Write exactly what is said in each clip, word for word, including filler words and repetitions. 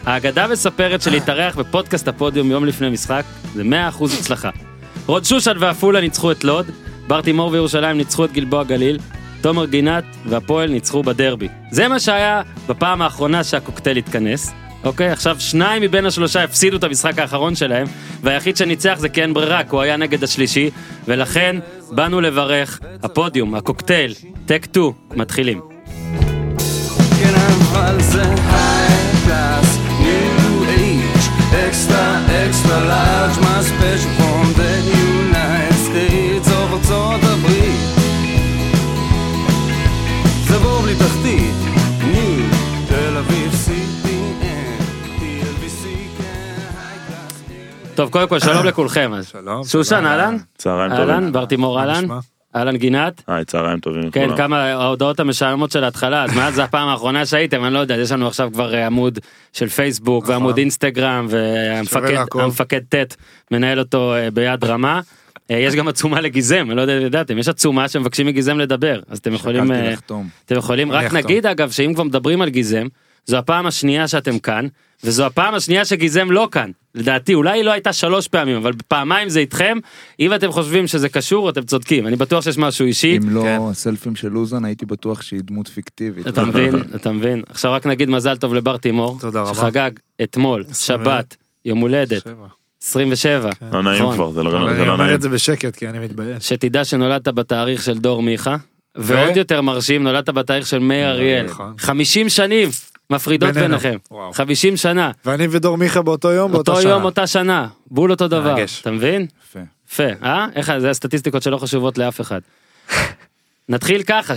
האגדה מספרת שלהתארח בפודקאסט הפודיום יום לפני משחק, זה מאה אחוז הצלחה. רוד שושן ואפולה ניצחו את לוד, בר תימור וירושלים ניצחו את גלבוע גליל, תומר גינת והפועל ניצחו בדרבי. זה מה שהיה בפעם האחרונה שהקוקטייל התכנס. אוקיי, עכשיו שניים מבין השלושה הפסידו את המשחק האחרון שלהם, והיחיד שניצח זה כי אין ברירה, כי הוא היה נגד השלישי, ולכן באנו לברך, הפודיום, הקוקטייל, טק טו, מתחילים. Extra, extra large, my special from the United States of ארצות הברית. זה בור בלי תחתית, ניו, תל אביב, סי פי אן, טי אל בי סי, טוב, קודם כל, שלום לכולכם. שלום. שושן, אהלן? צהריים טובים. אהלן, בר תימור, אהלן? אהלן גינת? היי, צהריים טובים. כן, כמה ההודעות המשעממות של ההתחלה, אז מאז זה הפעם האחרונה שהייתם, אני לא יודע, יש לנו עכשיו כבר עמוד של פייסבוק, ועמוד אינסטגרם, והמפקד טט מנהל אותו ביד רמה. יש גם עצומה לגיזם, אני לא יודע, ידעתם, יש עצומה שמבקשים מגיזם לדבר, אז אתם יכולים, אתם יכולים, רק נגיד אגב, שאם כבר מדברים על גיזם, זו הפעם השנייה שאתם כאן, וזו הפעם השנייה שגיזם לא כאן. לדעתי, אולי היא לא הייתה שלוש פעמים, אבל פעמיים זה איתכם. אם אתם חושבים שזה קשור, אתם צודקים. אני בטוח שיש משהו אישי. אם לא הסלפים של לוזן, הייייתי בטוח שהיא דמות פיקטיבית. אתה מבין, אתה מבין. עכשיו רק נגיד מזל טוב לבר תימור, שחגג אתמול, שבת, יום הולדת, עשרים ושבע. לא נעים כבר, זה לא נעים. אני אומר את זה בשקט, כי אני מתבייש. שתדע שנולדת בתאריך של דור מיכה, ועוד יותר מרשים, נולדת בתאריך של מאיר אריאל. חמישים שנים. מפרידות ביניכם, חמישים שנה. ואני ודור מיכה באותו יום, באותה שנה. אותו יום, אותה שנה, בול אותו דבר, אתה מבין? יפה. יפה, אה? איך, זה הסטטיסטיקות שלא חשובות לאף אחד. נתחיל ככה,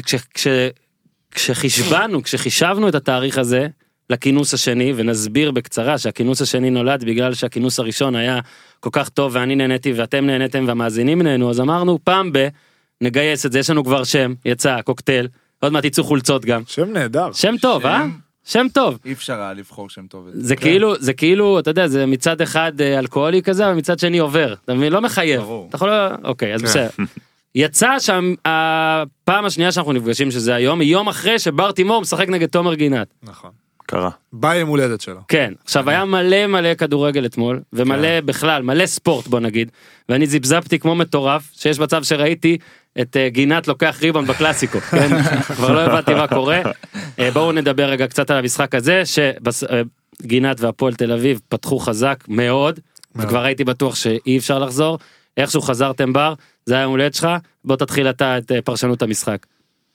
כשחישבנו, כשחישבנו את התאריך הזה, לכינוס השני, ונסביר בקצרה שהכינוס השני נולד בגלל שהכינוס הראשון היה כל כך טוב, ואני נהניתי ואתם נהניתם והמאזינים נהנו, אז אמרנו פעם ב, נגייס את זה, יש לנו כבר שם, יצא, קוקטייל, עוד מעט יצאו חולצות גם. שם נהדר. שם טוב, אה? שם טוב. אי אפשר היה לבחור שם טוב. זה כאילו, זה כאילו, אתה יודע, זה מצד אחד אלכוהולי כזה, ומצד שני עובר. אתה מבין, לא מחייב. אתה יכול, אוקיי, אז בסדר. יצא שהפעם השנייה שאנחנו נפגשים, שזה היום, היא יום אחרי שבר תימור משחק נגד תומר גינת. נכון. קרה. ביום הולדת שלו. כן. עכשיו, היה מלא מלא כדורגל אתמול, ומלא בכלל, מלא ספורט, בוא נגיד. ואני זיבזבתי כמו מטורף, שיש מצב שראיתי את גינת לוקח ריבון בקלאסיקו, כן? כבר לא הבנתי מה קורה. בואו נדבר רגע קצת על המשחק הזה, שגינת והפועל תל אביב פתחו חזק מאוד, וכבר הייתי בטוח שאי אפשר לחזור. איכשהו חזרתם בר, זה היה הולד שלך, בוא תתחיל אתה את פרשנות המשחק.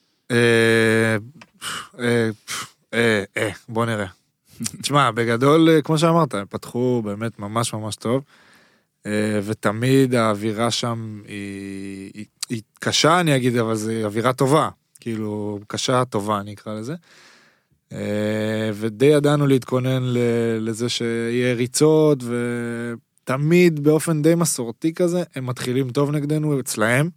בוא נראה. תשמע, בגדול, כמו שאמרת, פתחו באמת ממש ממש טוב, ותמיד האווירה שם היא, היא, היא קשה, אני אגיד, אבל זו אווירה טובה, כאילו קשה טובה אני אקרא לזה, ודי ידענו להתכונן לזה שיהיה ריצות, ותמיד באופן די מסורתי כזה, הם מתחילים טוב נגדנו אצלהם,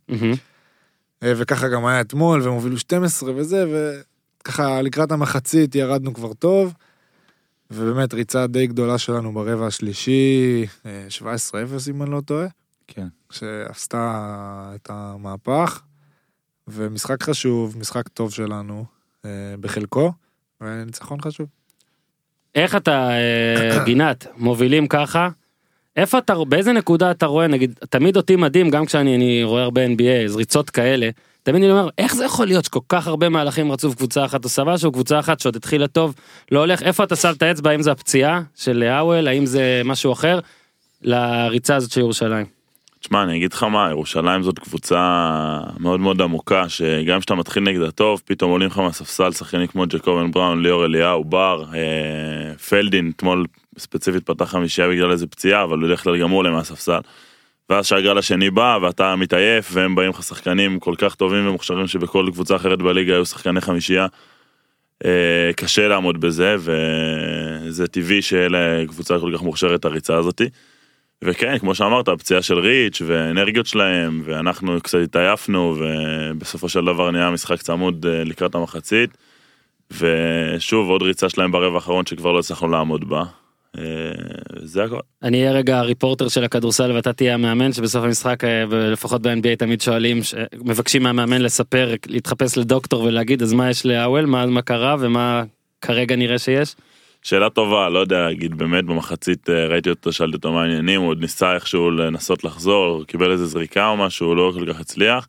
וככה גם היה אתמול, והם הובילו שתים עשרה וזה, וככה לקראת המחצית ירדנו כבר טוב, ובאמת ריצה די גדולה שלנו ברבע השלישי, שבע עשרה אפס אם אני לא טועה, כן. שעשתה את המהפך, ומשחק חשוב, משחק טוב שלנו בחלקו, וניצחון חשוב. איך אתה, גינת, מובילים ככה? איפה אתה, באיזה נקודה אתה רואה, נגיד, תמיד אותי מדהים, גם כשאני אני רואה הרבה אן בי איי, אז ריצות כאלה, תמיד אני אומר, איך זה יכול להיות שכל כך הרבה מהלכים רצוף קבוצה אחת, או סבבה שהוא קבוצה אחת שעוד התחילה טוב, לא הולך, איפה אתה שם את האצבע, האם זה הפציעה של האוול, האם זה משהו אחר, לריצה הזאת של ירושלים? תשמע, אני אגיד לך מה, ירושלים זאת קבוצה מאוד מאוד עמוקה, שגם כשאתה מתחיל נגדה טוב, פתאום עולים לך מהספסל, שחקנים כמו ג'קובן בראון, ליאור אליהו, בר, אה, פלדין, אתמול ספציפית פתח חמישייה בגלל איזה פציעה, אבל בדרך כלל גם עולה מהספסל. ואז שהגרל השני בא, ואתה מתעייף, והם באים לך שחקנים כל כך טובים ומוכשרים, שבכל קבוצה אחרת בליגה היו שחקני חמישייה. אה, קשה לעמוד בזה, וזה טבעי שאלה קבוצה כל כך מוכשרת הריצה הזאת. וכן, כמו שאמרת, הפציעה של ריץ' ואנרגיות שלהם, ואנחנו קצת התעייפנו, ובסופו של דבר נהיה משחק צמוד לקראת המחצית, ושוב, עוד ריצה שלהם ברבע האחרון שכבר לא הצלחנו לעמוד בה. זה הכל. אני אהיה רגע הריפורטר של הכדורסל, ואתה תהיה המאמן, שבסוף המשחק, לפחות ב-אן בי איי תמיד שואלים, מבקשים מהמאמן לספר, להתחפש לדוקטור ולהגיד, אז מה יש לאוול, מה, מה קרה, ומה כרגע נראה שיש? שאלה טובה, לא יודע, להגיד, באמת במחצית ראיתי אותו, שאלתי אותו מה העניינים, הוא עוד ניסה איכשהו לנסות לחזור, קיבל איזה זריקה או משהו, הוא לא כל כך הצליח.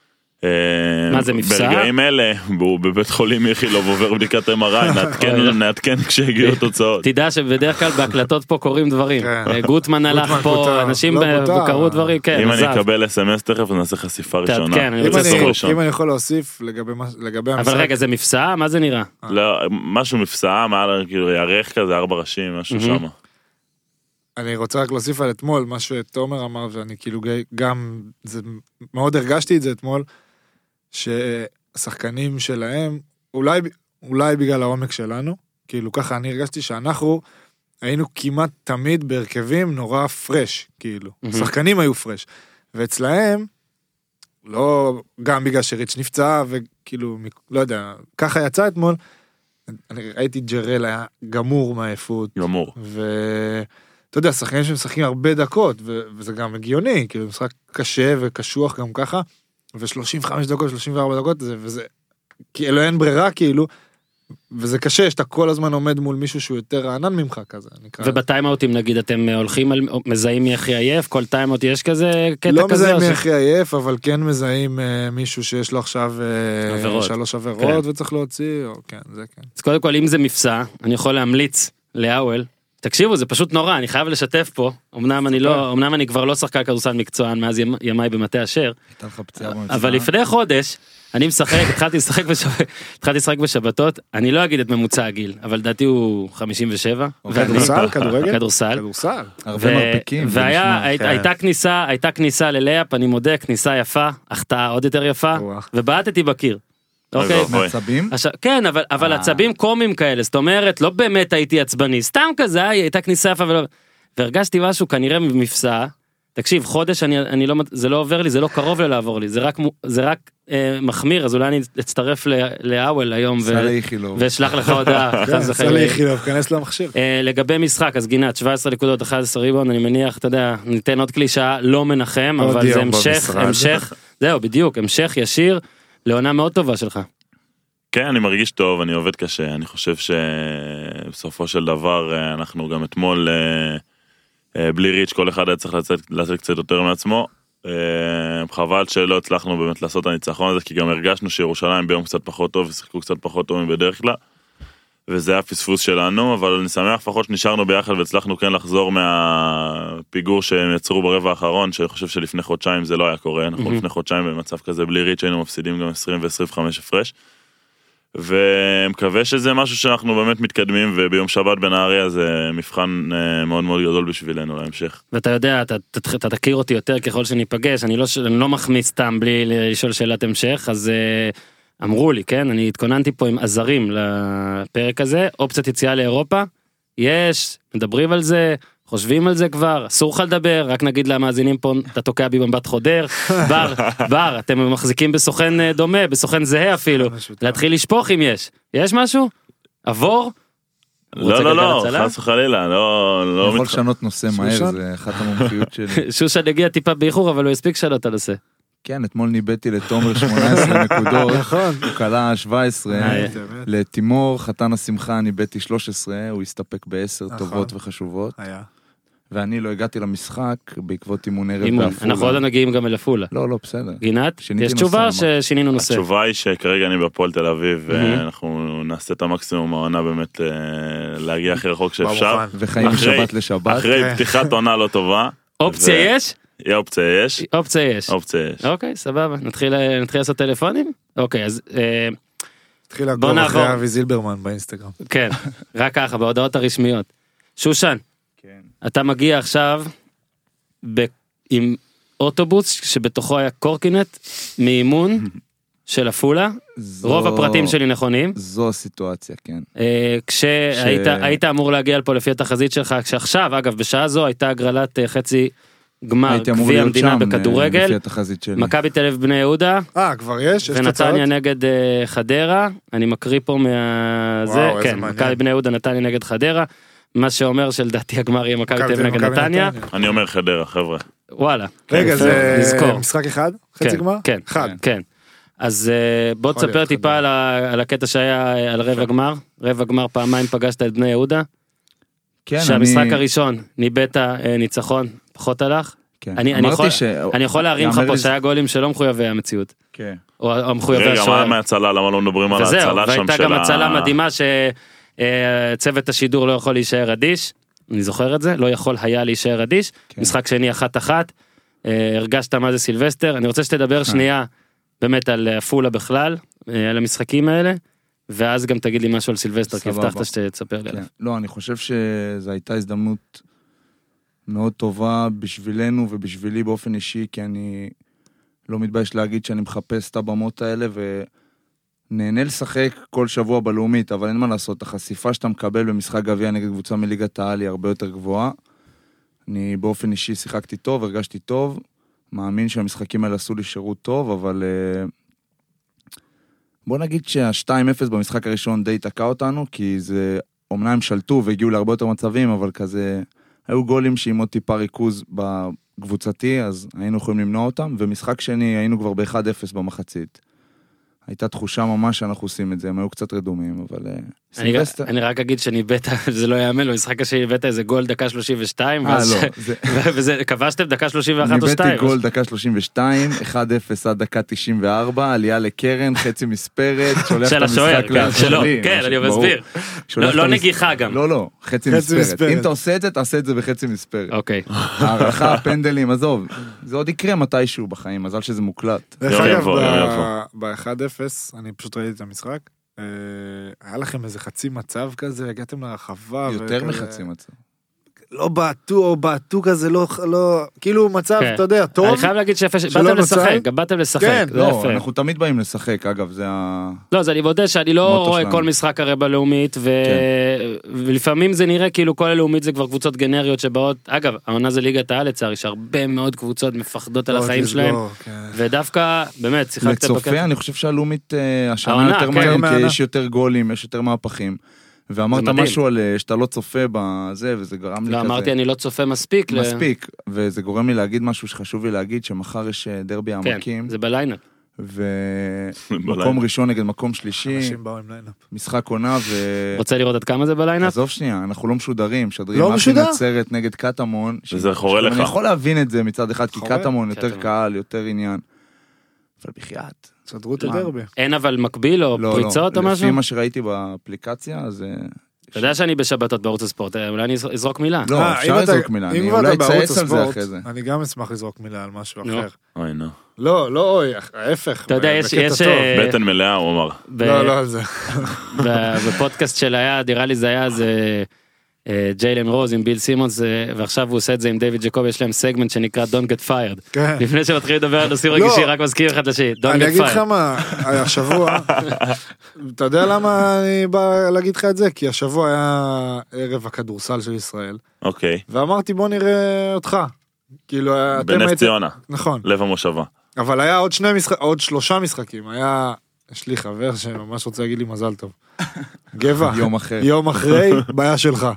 מה זה מבצע? ברגעים אלה, הוא בבית חולים איכילוב עובר בדיקת אם אר איי, נעדכן כשהגיעו תוצאות. תדע שבדרך כלל בהקלטות פה קוראים דברים. גוטמן הלך פה, אנשים קראו דברים, כן. אם אני אקבל אס אם אס תכף, נעשה חשיפה ראשונה. אם אני יכול להוסיף לגבי המשחק. אבל רגע, זה מבצע? מה זה נראה? לא, משהו מבצע, כאילו ירח כזה, ארבע ראשים, משהו שם. אני רוצה רק להוסיף על אתמול, מה שתומר אמר, ואני כאילו גם, מאוד הרגשתי את זה אתמול, שהשחקנים שלהם, אולי, אולי בגלל העומק שלנו, כאילו ככה אני הרגשתי שאנחנו היינו כמעט תמיד בהרכבים נורא פרש, כאילו, mm-hmm. שחקנים היו פרש, ואצלהם, לא, גם בגלל שריץ' נפצע, וכאילו, לא יודע, ככה יצא אתמול, אני ראיתי ג'רל היה גמור מהעייפות. גמור. ואתה יודע, שחקנים שמשחקים הרבה דקות, ו... וזה גם הגיוני, כאילו, משחק קשה וקשוח גם ככה, ו-שלושים וחמש דקות, שלושים וארבע דקות, זה, וזה, כאילו אין ברירה, כאילו, וזה קשה, שאתה כל הזמן עומד מול מישהו שהוא יותר רענן ממך כזה. ובטיימאוטים נגיד, אתם הולכים על, מזהים מי הכי עייף, כל טיימאוט יש כזה קטע לא כזה? לא מזהים מי הכי עייף, אבל כן מזהים uh, מישהו שיש לו עכשיו uh, עבירות. שלוש עבירות, כן. וצריך להוציא, או כן, זה כן. אז קודם כל, אם זה מבצע, אני יכול להמליץ לאוול, תקשיבו, זה פשוט נורא, אני חייב לשתף פה, אמנם אני לא, אמנם אני כבר לא שחקן כדורסל מקצוען, מאז ימיי במטה אשר, אבל לפני חודש, אני משחק, התחלתי לשחק בשבתות, התחלתי לשחק בשבתות, אני לא אגיד את ממוצע הגיל, אבל דעתי הוא חמישים ושבע. כדורסל, כדורגל? כדורסל. כדורסל. הרבה מרפקים. והייתה כניסה, הייתה כניסה ללייפ, אני מודה, כניסה יפה, החטאה עוד יותר יפה, ובעטתי בקיר. עצבים? כן, אבל, אבל עצבים קומיים כאלה, זאת אומרת, לא באמת הייתי עצבני, סתם כזה, הייתה כניסה יפה, והרגשתי משהו כנראה מבפסע, תקשיב, חודש אני, אני לא, זה לא עובר לי, זה לא קרוב לי לעבור לי, זה רק, זה רק אה, מחמיר, אז אולי אני אצטרף לאוול היום, ואשלח לך הודעה. סלי איכילוב, כנס למכשיר. אה, לגבי משחק, אז גינת, שבע עשרה נקודות, אחד עשר ריבון, אני מניח, אתה יודע, ניתן עוד קלישה, לא מנחם, אבל זה המשך, המשך, זהו, בדיוק, המשך ישיר, לעונה מאוד טובה שלך. כן, אני מרגיש טוב, אני עובד קשה, אני חושב שבסופו של דבר, אנחנו גם אתמול, בלי ריץ' כל אחד היה צריך לצאת, לצאת קצת יותר מעצמו, חבל שלא הצלחנו באמת לעשות את הניצחון הזה, כי גם הרגשנו שירושלים ביום קצת פחות טוב, ושיחקו קצת פחות טוב מבדרך כלל, וזה היה פספוס שלנו, אבל אני שמח לפחות שנשארנו ביחד, והצלחנו כן לחזור מהפיגור שהם יצרו ברבע האחרון, שאני חושב שלפני חודשיים זה לא היה קורה, אנחנו לפני חודשיים במצב כזה בלי ריץ' היינו מפסידים גם עשרים ו-עשרים וחמש הפרש, ומקווה שזה משהו שאנחנו באמת מתקדמים, וביום שבת בנהריה זה מבחן מאוד מאוד גדול בשבילנו להמשך. ואתה יודע, אתה, אתה, אתה תכיר אותי יותר ככל שניפגש, אני לא, אני לא מחמיץ סתם בלי לשאול שאלת המשך, אז אמרו לי, כן, אני התכוננתי פה עם עזרים לפרק הזה, אופציית יציאה לאירופה, יש, מדברים על זה, חושבים על זה כבר, אסור לך לדבר, רק נגיד למאזינים פה, אתה תוקע בי במבט חודר, בר, בר, אתם מחזיקים בסוכן דומה, בסוכן זהה אפילו, להתחיל לשפוך אם יש. יש משהו? עבור? לא, לא, לא, חס וחלילה, לא, לא. אני יכול לשנות נושא מהר, זה אחת המומחיות שלי. שושן הגיע טיפה באיחור, אבל הוא הספיק שאלות על נושא. כן, אתמול ניבאתי לתומר שמונה עשרה נקודות, הוא קלה שבע עשרה, לתימור חתן השמחה ניבאתי שלוש עשרה, הוא הסתפק בעשר טובות וחשובות. היה. ואני לא הגעתי למשחק בעקבות אימון ערב באפולה. אנחנו עוד נגיעים גם אל אפולה. לא, לא, בסדר. גינת, יש תשובה ששינינו נושא? התשובה היא שכרגע אני בפועל תל אביב, ואנחנו נעשה את המקסימום העונה באמת להגיע הכי רחוק שאפשר. וחיים משבת לשבת. אחרי פתיחת עונה לא טובה. אופציה יש? אופציה יש. אופציה יש. אופציה יש. אוקיי, סבבה. נתחיל לעשות טלפונים? אוקיי, אז... נתחיל לעקוב אחרי אבי זילברמן באינסטגרם. כן, רק ככה, בהודעות הרשמיות. שושן. אתה מגיע עכשיו ב- עם אוטובוס שבתוכו היה קורקינט מאימון של אפולה, זו... רוב הפרטים שלי נכונים. זו הסיטואציה, כן. אה, כשהיית ש... היית אמור להגיע לפה לפי התחזית שלך, כשעכשיו, אגב, בשעה זו הייתה הגרלת חצי גמר גביע המדינה בכדורגל, מכבי תל אביב בני יהודה, אה, כבר יש? ונתניה נגד uh, חדרה, אני מקריא פה מהזה, כן, מכבי בני יהודה נתניה נגד חדרה, מה שאומר שלדעתי הגמר יהיה מכבי תל אביב נגד נתניה. אני אומר חדרה, חבר'ה. וואלה. רגע, זה משחק אחד? חצי גמר? כן, כן. אז בוא תספר טיפה על הקטע שהיה על רבע גמר, רבע גמר פעמיים פגשת את בני יהודה, שהמשחק הראשון ניבאת ניצחון, פחות הלך, אני יכול להרים לך פה שהיה גולים שלא מחויבי המציאות, או המחויבי השוער. רגע, מה מהצלה, למה לא מדברים על ההצלה שם של ה... והייתה גם הצלה מדהימה שצוות השידור לא יכול להישאר אדיש, אני זוכר את זה, לא יכול היה להישאר אדיש, משחק שני אחת אחת, הרגשת מה זה סילבסטר, אני רוצה שתדבר שנייה, באמת על פולה בכלל, על המשחקים האלה, ואז גם תגיד לי משהו על סילבסטר, כי הבטחת שתספר לי. לא, אני חושב שזו הייתה הזדמנות מאוד טובה בשבילנו ובשבילי באופן אישי, כי אני לא מתבייש להגיד שאני מחפש את הבמות האלה, ונהנה לשחק כל שבוע בלאומית, אבל אין מה לעשות, החשיפה שאתה מקבל במשחק גביע נגד קבוצה מליגת העל היא הרבה יותר גבוהה. אני באופן אישי שיחקתי טוב, הרגשתי טוב, מאמין שהמשחקים האלה עשו לי שירות טוב, אבל בוא נגיד שה-שתיים אפס במשחק הראשון די תקע אותנו, כי זה, אומנם הם שלטו והגיעו להרבה יותר מצבים, אבל כזה, היו גולים שעם עוד טיפה ריכוז בקבוצתי, אז היינו יכולים למנוע אותם, ומשחק שני היינו כבר ב-אחד אפס במחצית. הייתה תחושה ממש שאנחנו עושים את זה, הם היו קצת רדומים, אבל... אני רק אגיד שניבאת, זה לא יאמן, במשחק שניבאת איזה גול דקה שלושים ושתיים, וזה, כבשתם דקה שלושים ואחת או שתיים? ניבאתי גול דקה שלושים ושתיים, אחד אפס עד דקה תשעים וארבע, עלייה לקרן, חצי מספרת, שולח את המשחק לאחרים. כן, אני מסביר. לא נגיחה גם. לא, לא, חצי מספרת. אם אתה עושה את זה, תעשה את זה בחצי מספרת. אוקיי. הערכה, הפנדלים, עזוב, זה עוד יקרה מתישהו בחיים, מזל שזה מוקלט. ב-אחד אפס, אני פשוט ראיתי את המשחק, היה לכם איזה חצי מצב כזה, הגעתם לרחבה. יותר מחצי מצב. לא בעטו, או בעטו כזה, לא, כאילו מצב, אתה יודע, טוב. אני חייב להגיד שבאתם לשחק, גם באתם לשחק. לא, אנחנו תמיד באים לשחק, אגב, זה ה... לא, זה אני מודה שאני לא רואה כל משחק הרי בלאומית, ולפעמים זה נראה כאילו כל הלאומית זה כבר קבוצות גנריות שבאות, אגב, העונה זה ליגת העל לצער, יש הרבה מאוד קבוצות מפחדות על החיים שלהם, ודווקא, באמת, שיחקת בקטע. לצופה, אני חושב שהלאומית השנה יותר מעניין, כי יש יותר גולים, יש יותר מהפכים. ואמרת משהו על שאתה לא צופה בזה, וזה גרם לי כזה. לא, אמרתי אני לא צופה מספיק. מספיק, וזה גורם לי להגיד משהו שחשוב לי להגיד, שמחר יש דרבי העמקים. כן, זה בליינאפ. ומקום ראשון נגד מקום שלישי. אנשים באו עם ליינאפ. משחק עונה ו... רוצה לראות עד כמה זה בליינאפ? עזוב שנייה, אנחנו לא משודרים, שדרים לא משודר? נצרת נגד קטמון. וזה חורה לך. אני יכול להבין את זה מצד אחד, כי קטמון יותר קהל, יותר עניין. אבל בחייאת. סדרו את הדרבי. אין אבל מקביל או פריצות או משהו? לפי מה שראיתי באפליקציה, אז... אתה יודע שאני בשבתות בערוץ הספורט, אולי אני אזרוק מילה. לא, אפשר לזרוק מילה, אני אולי צייץ על זה אחרי זה. אני גם אשמח לזרוק מילה על משהו אחר. אוי, נו. לא, לא, אוי, ההפך. אתה יודע, יש... בטן מלאה, הוא אמר. לא, לא על זה. בפודקאסט של היה, נראה לי זה היה, זה... ג'יילן רוז עם ביל סימונס, ועכשיו הוא עושה את זה עם דיוויד ג'קוב, יש להם סגמנט שנקרא Don't Get Fired. לפני שמתחילים לדבר על נושאים רגישים, רק מזכיר אחד לשני, Don't Get Fired. אני אגיד לך מה, השבוע, אתה יודע למה אני בא להגיד לך את זה? כי השבוע היה ערב הכדורסל של ישראל. אוקיי. ואמרתי בוא נראה אותך. בנס ציונה. נכון. לב המושבה. אבל היה עוד שני משחקים, עוד שלושה משחקים, היה... יש לי חבר שממש רוצה להגיד לי מזל טוב. גבע. יום אחרי. יום אחרי, בעיה שלך.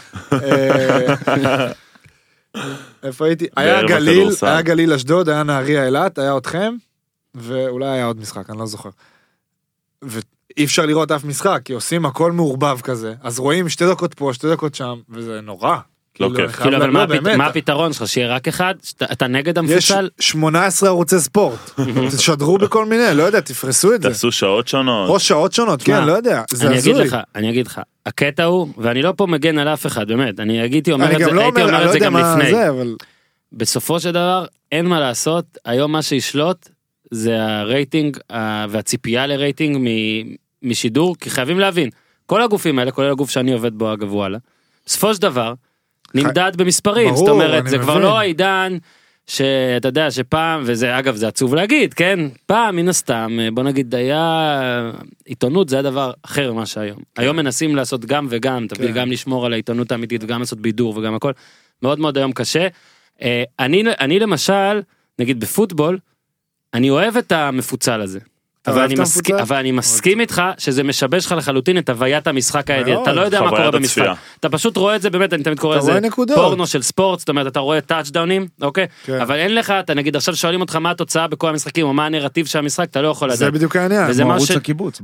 איפה הייתי? היה גליל, היה גליל אשדוד, היה נהריה אילת, היה אתכם, ואולי היה עוד משחק, אני לא זוכר. ואי אפשר לראות אף משחק, כי עושים הכל מעורבב כזה, אז רואים שתי דקות פה, שתי דקות שם, וזה נורא. לא כיף. כאילו, אבל מה הפתרון שלך? שיהיה רק אחד? אתה נגד המפוצל? יש שמונה עשרה ערוצי ספורט. תשדרו בכל מיני, לא יודע, תפרסו את זה. תעשו שעות שונות. או שעות שונות, כן, לא יודע. אני אגיד לך, אני אגיד לך, הקטע הוא, ואני לא פה מגן על אף אחד, באמת, אני הייתי אומר את זה גם לפני. בסופו של דבר, אין מה לעשות, היום מה שישלוט, זה הרייטינג והציפייה לרייטינג משידור, כי חייבים להבין, כל הגופים האלה, כולל הגוף שאני עובד בו, אגב, וואלה, בסופו של דבר, נמדד במספרים, ברור, זאת אומרת, זה כבר מבין. לא העידן שאתה יודע שפעם, וזה אגב זה עצוב להגיד, כן, פעם מן הסתם, בוא נגיד, היה, עיתונות זה הדבר אחר ממה שהיום. כן. היום מנסים לעשות גם וגם, כן. תביא, גם לשמור על העיתונות האמיתית, וגם לעשות בידור וגם הכל, מאוד מאוד היום קשה. אני, אני למשל, נגיד בפוטבול, אני אוהב את המפוצל הזה. אבל אני מסכים, אבל אני מסכים איתך שזה משבש לך לחלוטין את הוויית המשחק האדיר. אתה לא יודע מה קורה במשחק. אתה פשוט רואה את זה, באמת, אני תמיד קורא לזה פורנו של ספורט, זאת אומרת, אתה רואה טאצ'דאונים, אוקיי? אבל אין לך, אתה נגיד עכשיו שואלים אותך מה התוצאה בכל המשחקים, או מה הנרטיב של המשחק, אתה לא יכול לדעת. זה בדיוק העניין. כמו ערוץ הקיבוץ,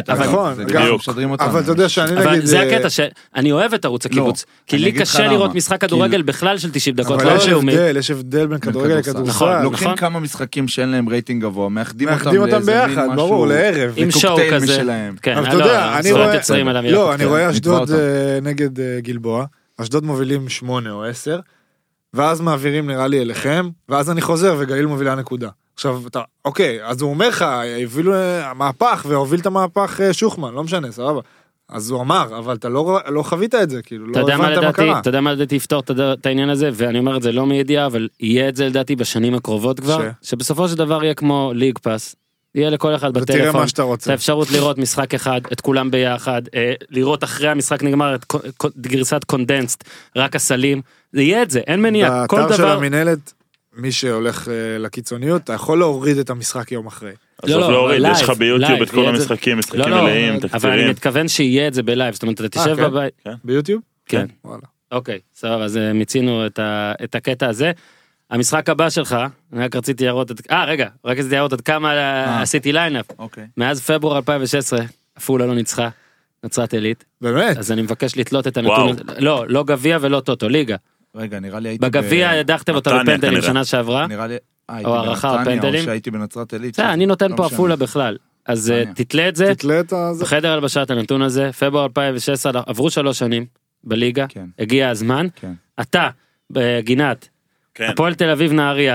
אבל אתה יודע שאני נגיד... זה הקטע שאני אוהב את ערוץ הקיבוץ, כי לי קשה לראות משחק כדורגל בכלל של תשעים דקות. אבל יש הבדל, יש הבדל בין כדורגל לכדורסל. לוקחים כמה משחקים שאין להם רייטינג גבוה, מאחדים אותם ביחד, ברור, לערב. עם שואו כזה. אבל אתה יודע, אני רואה, לא, אני רואה אשדוד נגד גלבוע, אשדוד מובילים שמונה או עשר, ואז מעבירים נראה לי אליכם, ואז אני חוזר וגליל מובילה נקודה. עכשיו, אתה, אוקיי, אז הוא אומר לך, הבילו מהפך, והוביל את המהפך שוחמן, לא משנה, סבבה. אז הוא אמר, אבל אתה לא, לא חווית את זה, כאילו, לא הבנת מה קרה. אתה יודע מה לדעתי יפתור את העניין הזה, ואני אומר את זה לא מידיעה, אבל יהיה את זה לדעתי בשנים הקרובות כבר, שבסופו של דבר יהיה כמו ליג פאס, יהיה לכל אחד בטלפון, את האפשרות לראות משחק אחד, את כולם ביחד, לראות אחרי המשחק נגמר את גרסת קונדנסט, רק הסלים, זה יהיה את זה, אין מניע, כל דבר. באתר של המנהלת, מי שהולך לקיצוניות, אתה יכול להוריד את המשחק יום אחרי. אז לא להוריד, יש לך ביוטיוב את כל המשחקים, משחקים מלאים, תקצירים. אבל אני מתכוון שיהיה את זה בלייב, זאת אומרת, אתה תשב בבית. ביוטיוב? כן. אוקיי, סבבה, אז מיצינו את הקטע הזה. המשחק הבא שלך, אני רק רציתי להראות את... אה, רגע, רק רציתי להראות עד כמה עשיתי ליינאפ. מאז פברואר אלפיים ושש עשרה, עפולה לא ניצחה, נצרת עילית. באמת? אז אני מבקש לתלות את הנתון. לא, לא גביע ולא טוטו, ליגה. רגע, נראה לי הייתי... בגביע הדחתם אותה בפנדלים שנה שעברה. נראה לי... או הערכה או פנדלים. או שהייתי בנצרת עילית. אני נותן פה עפולה בכלל. אז תתלה את זה. תתלה את זה. בחדר הלבשת הנתון הזה, פברואר אלפיים ושש עשרה, עברו שלוש שנים בליגה. הגיע הזמן. אתה, בגינת, הפועל תל אביב נהריה,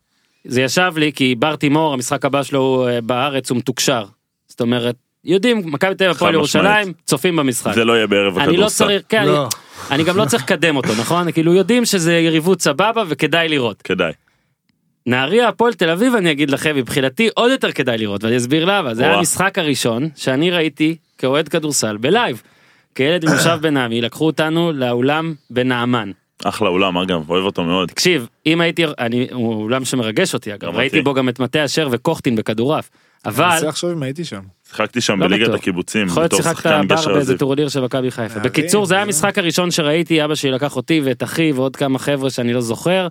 זה ישב לי כי בר תימור, המשחק הבא שלו בארץ הוא מתוקשר, זאת אומרת, יודעים, מכבי תל אביב הפועל ירושלים, צופים במשחק. זה לא יהיה בערב הכדורסל. אני גם לא צריך לקדם אותו, נכון? כאילו יודעים שזה יריבות סבבה וכדאי לראות. כדאי. נהריה הפועל תל אביב, אני אגיד לכם, מבחינתי עוד יותר כדאי לראות, ואני אסביר למה, זה היה המשחק הראשון שאני ראיתי כאוהד כדורסל בלייב, כילד ממושב בנעמי, לקחו אותנו לאולם בנעמן. אחלה אולם, אגב, אוהב אותו מאוד. תקשיב, אם הייתי, אני, הוא אולם שמרגש אותי, אגב, ראיתי בו גם את מטה אשר וקוכטין בכדורף, אבל... אני רוצה עכשיו אם הייתי שם. שיחקתי שם בליגת הקיבוצים. יכול להיות שיחקת בר באיזה טורניר של מכבי חיפה. בקיצור, זה היה המשחק הראשון שראיתי, אבא שלי לקח אותי ואת אחי ועוד כמה חבר'ה שאני לא זוכר,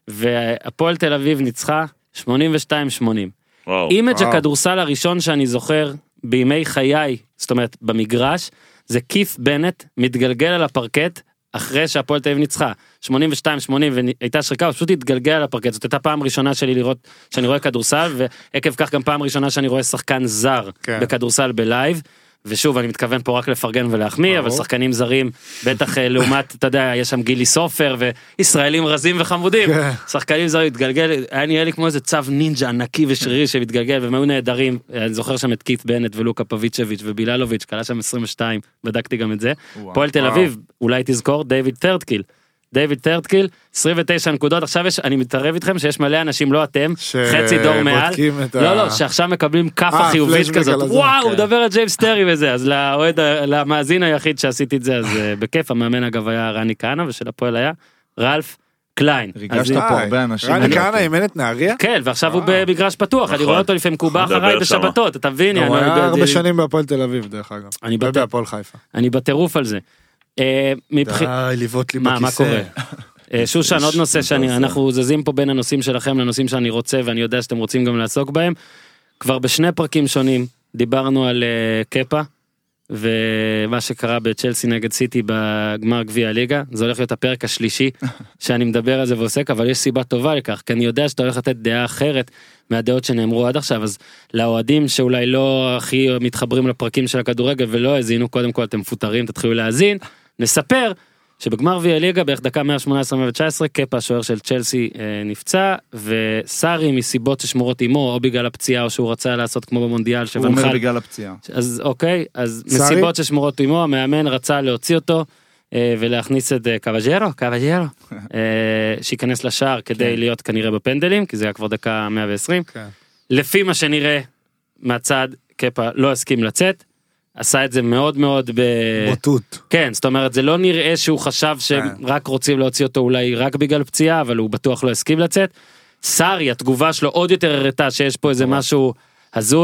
והפועל תל אביב ניצחה שמונים ושתיים שמונים. אימג' הכדורסל הראשון שאני זוכר בימי חיי, זאת אומרת, במגרש, זה כיף בנט מתגלגל על הפרקט, אחרי שהפועל תל אביב ניצחה, שמונים ושתיים שמונים, והייתה שריקה, פשוט התגלגל על הפרקט, זאת הייתה פעם ראשונה שלי לראות, שאני רואה כדורסל, ועקב כך גם פעם ראשונה שאני רואה שחקן זר, כן. בכדורסל בלייב, ושוב, אני מתכוון פה רק לפרגן ולהחמיא, אבל שחקנים זרים, בטח לעומת, אתה יודע, יש שם גילי סופר, וישראלים רזים וחמודים, שחקנים זרים התגלגל, היה נראה לי כמו איזה צו נינג'ה ענקי ושרירי שמתגלגל, והם היו נהדרים, אני זוכר שם את קית' בנט ולוקה פביצ'ביץ' וביללוביץ', קלה שם עשרים ושתיים, בדקתי גם את זה, פועל תל אביב, אולי תזכור, דיוויד טרדקיל, דיוויד טרדקיל, עשרים ותשע נקודות, עכשיו יש, אני מתערב איתכם שיש מלא אנשים, לא אתם, חצי דור מעל, לא לא, שעכשיו מקבלים כפה חיובית כזאת, וואו, מדבר על ג'יימס טרי וזה, אז לאוהד, למאזין היחיד שעשיתי את זה, אז בכיף, המאמן אגב היה רני כהנא, ושל הפועל היה רלף קליין. ריגשת פה הרבה אנשים. רני כהנא אימן את נהריה? כן, ועכשיו הוא במגרש פתוח, אני רואה אותו לפעמים קובה אחריי בשבתות, אתה מבין? הוא היה הרבה שנים בהפועל תל אביב, דרך אגב. אני בהפועל חיפה. אני בטירוף על זה. די, לבעוט לי בכיסא. מה קורה? שושן, עוד נושא שאנחנו זזים פה בין הנושאים שלכם לנושאים שאני רוצה, ואני יודע שאתם רוצים גם לעסוק בהם. כבר בשני פרקים שונים דיברנו על קפה, ומה שקרה בצ'לסי נגד סיטי בגמר גביע הליגה, זה הולך להיות הפרק השלישי שאני מדבר על זה ועוסק, אבל יש סיבה טובה לכך, כי אני יודע שאתה הולך לתת דעה אחרת מהדעות שנאמרו עד עכשיו, אז לאוהדים שאולי לא הכי מתחברים לפרקים של הכדורגל ולא הזינו, קודם כל אתם מפוטרים, תתחילו להזין, נספר שבגמר גביע הליגה בערך דקה מאה שמונה עשרה מאה תשע עשרה קפה השוער של צ'לסי אה, נפצע, וסארי מסיבות ששמורות עמו, או בגלל הפציעה או שהוא רצה לעשות כמו במונדיאל הוא אומר בגלל הפציעה. אז אוקיי, אז סארי? מסיבות ששמורות עמו, המאמן רצה להוציא אותו אה, ולהכניס את אה, קוואג'רו, קוואג'רו, אה, שיכנס לשער כדי כן. להיות כנראה בפנדלים, כי זה היה כבר דקה מאה ועשרים. כן. לפי מה שנראה מהצד, קפה לא הסכים לצאת, עשה את זה מאוד מאוד בוטות. כן, זאת אומרת, זה לא נראה שהוא חשב שרק רוצים להוציא אותו אולי רק בגלל פציעה, אבל הוא בטוח לא הסכים לצאת. סארי, התגובה שלו עוד יותר הראתה שיש פה איזה משהו הזוי,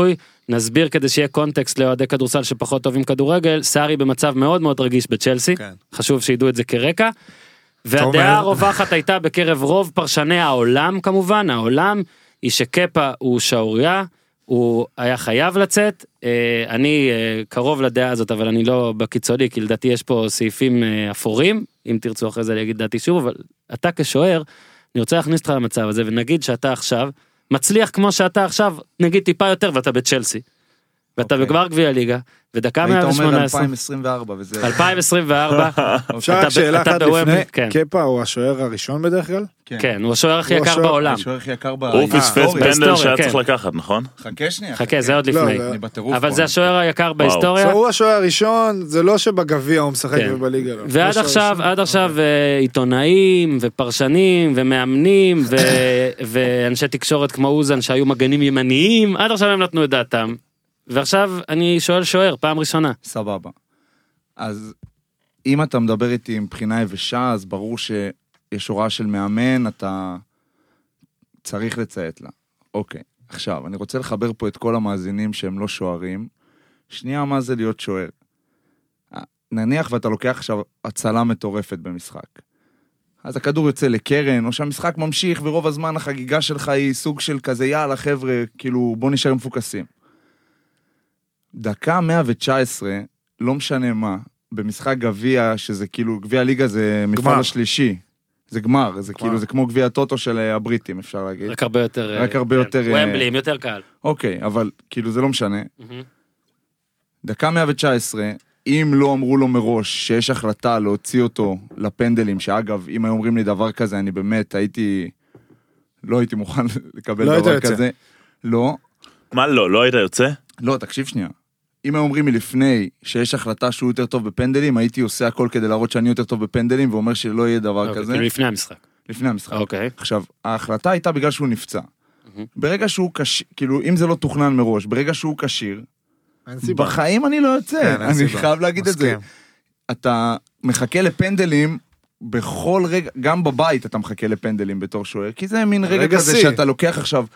נסביר כדי שיהיה קונטקסט לאוהדי כדורסל שפחות טובים כדורגל, סארי במצב מאוד מאוד רגיש בצ'לסי, כן. חשוב שידעו את זה כרקע, והדעה הרווחת הייתה בקרב רוב פרשני העולם כמובן, העולם היא שקפה הוא שעוריה, הוא היה חייב לצאת, אני קרוב לדעה הזאת, אבל אני לא בקיצוני, כי לדעתי יש פה סעיפים אפורים, אם תרצו אחרי זה להגיד דעתי שוב, אבל אתה כשוער, אני רוצה להכניס אותך למצב הזה, ונגיד שאתה עכשיו, מצליח כמו שאתה עכשיו, נגיד טיפה יותר, ואתה בצ'לסי, ואתה בגמר גביע הליגה, ודקה מאה ושמונה עשרה. היית אומר אלפיים עשרים וארבע, וזה... אלפיים עשרים וארבע. אפשר רק שאלה אחת לפני, קפה הוא השוער הראשון בדרך כלל? כן, הוא השוער הכי יקר בעולם. השוער הכי יקר בעולם. הוא פספס פנדל שהיה צריך לקחת, נכון? חכה שנייה. חכה, זה עוד לפני. אבל זה השוער היקר בהיסטוריה. הוא השוער הראשון, זה לא שבגביע הוא משחק בליגה. ועד עכשיו, עד עכשיו עיתונאים ופרשנים ומאמנים ואנשי תקשורת כמו אוזן שהיו מגנים ימניים, עד עכשיו הם נתנו את דעתם. ועכשיו אני שואל שוער, פעם ראשונה. סבבה. אז אם אתה מדבר איתי עם בחינה יבשה, אז ברור שיש הוראה של מאמן, אתה צריך לציית לה. אוקיי, עכשיו, אני רוצה לחבר פה את כל המאזינים שהם לא שוערים. שנייה, מה זה להיות שוער? נניח ואתה לוקח עכשיו הצלה מטורפת במשחק. אז הכדור יוצא לקרן, או שהמשחק ממשיך, ורוב הזמן החגיגה שלך היא סוג של כזה, יאללה חבר'ה, כאילו בוא נשאר מפוקסים. דקה מאה ותשע עשרה, לא משנה מה, במשחק גביע, שזה כאילו, גביע ליגה זה מפעל השלישי, זה גמר, זה כאילו, זה כמו גביע טוטו של הבריטים, אפשר להגיד. רק הרבה יותר... רק הרבה יותר... ומבלים, יותר קל. אוקיי, אבל כאילו זה לא משנה. דקה מאה ותשע עשרה, אם לא אמרו לו מראש שיש החלטה להוציא אותו לפנדלים, שאגב, אם היו אומרים לי דבר כזה, אני באמת הייתי... לא הייתי מוכן לקבל דבר כזה. לא. מה לא? לא היית יוצא? לא, תקשיב שנייה. אם הם אומרים מלפני שיש החלטה שהוא יותר טוב בפנדלים, הייתי עושה הכל כדי להראות שאני יותר טוב בפנדלים, ואומר שלא יהיה דבר כזה. כאילו לפני המשחק. לפני המשחק. אוקיי. עכשיו, ההחלטה הייתה בגלל שהוא נפצע. ברגע שהוא קשיר, כאילו, אם זה לא תוכנן מראש, ברגע שהוא קשיר, בחיים אני לא יוצא. אני חייב להגיד את זה. אתה מחכה לפנדלים, בכל רגע, גם בבית אתה מחכה לפנדלים בתור שוער, כי זה מין רגע כזה שאתה לוקח עכשיו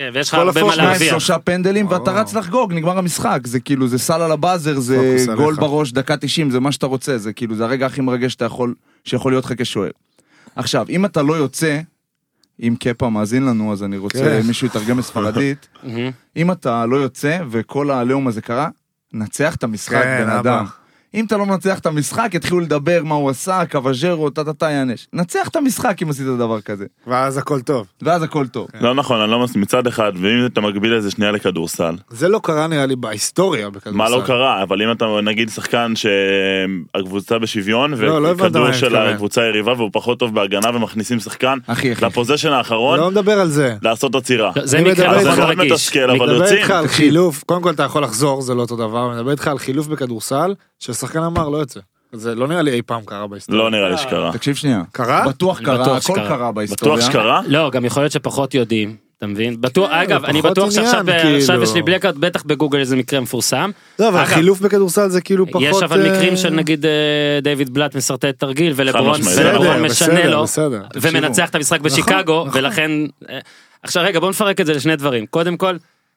שלושה פנדלים ואתה רץ לחגוג, נגמר המשחק, זה כאילו, זה סל על הבאזר, זה גול בראש, דקה תשעים, זה מה שאתה רוצה, זה כאילו, זה הרגע הכי מרגש שאתה יכול, שיכול להיות לך כשוער. עכשיו, אם אתה לא יוצא, אם קפה מאזין לנו, אז אני רוצה מישהו יתרגם לספרדית, אם אתה לא יוצא וכל הלאום הזה קרה, נצח את המשחק בן אדם. אם אתה לא מנצח את המשחק, יתחילו לדבר מה הוא עשה, קוואז'רו, טה-טה-טה יענש. נצח את המשחק אם עשית דבר כזה. ואז הכל טוב. ואז הכל טוב. לא נכון, אני לא מסכים. מצד אחד, ואם אתה מגביל איזה שנייה לכדורסל. זה לא קרה נראה לי בהיסטוריה בכדורסל. מה לא קרה? אבל אם אתה נגיד שחקן שהקבוצה בשוויון, וכדור של הקבוצה היריבה, והוא פחות טוב בהגנה, ומכניסים שחקן לפוזיישן האחרון. לא מדבר על זה. לעשות עצירה. זה נקרא מאוד מתסכל, אבל יוצאים. קודם כל אתה יכול לחזור, זה לא אותו דבר. מדבר איתך על חילוף בכדורסל, ששחקן אמר לא יוצא. זה לא נראה לי אי פעם קרה בהיסטוריה. לא נראה לי שקרה. תקשיב שנייה. קרה? בטוח קרה, הכל קרה בהיסטוריה. בטוח שקרה? לא, גם יכול להיות שפחות יודעים, אתה מבין? בטוח, אגב, אני בטוח שעכשיו יש לי בלקאוט, בטח בגוגל איזה מקרה מפורסם. לא, אבל חילוף בכדורסל זה כאילו פחות... יש אבל מקרים של נגיד דיוויד בלאט מסרטט תרגיל, ולברון משנה לו, ומנצח את המשחק בשיקגו, ולכן... עכשיו רגע, בוא נפרק את זה לשני דברים. קודם כל,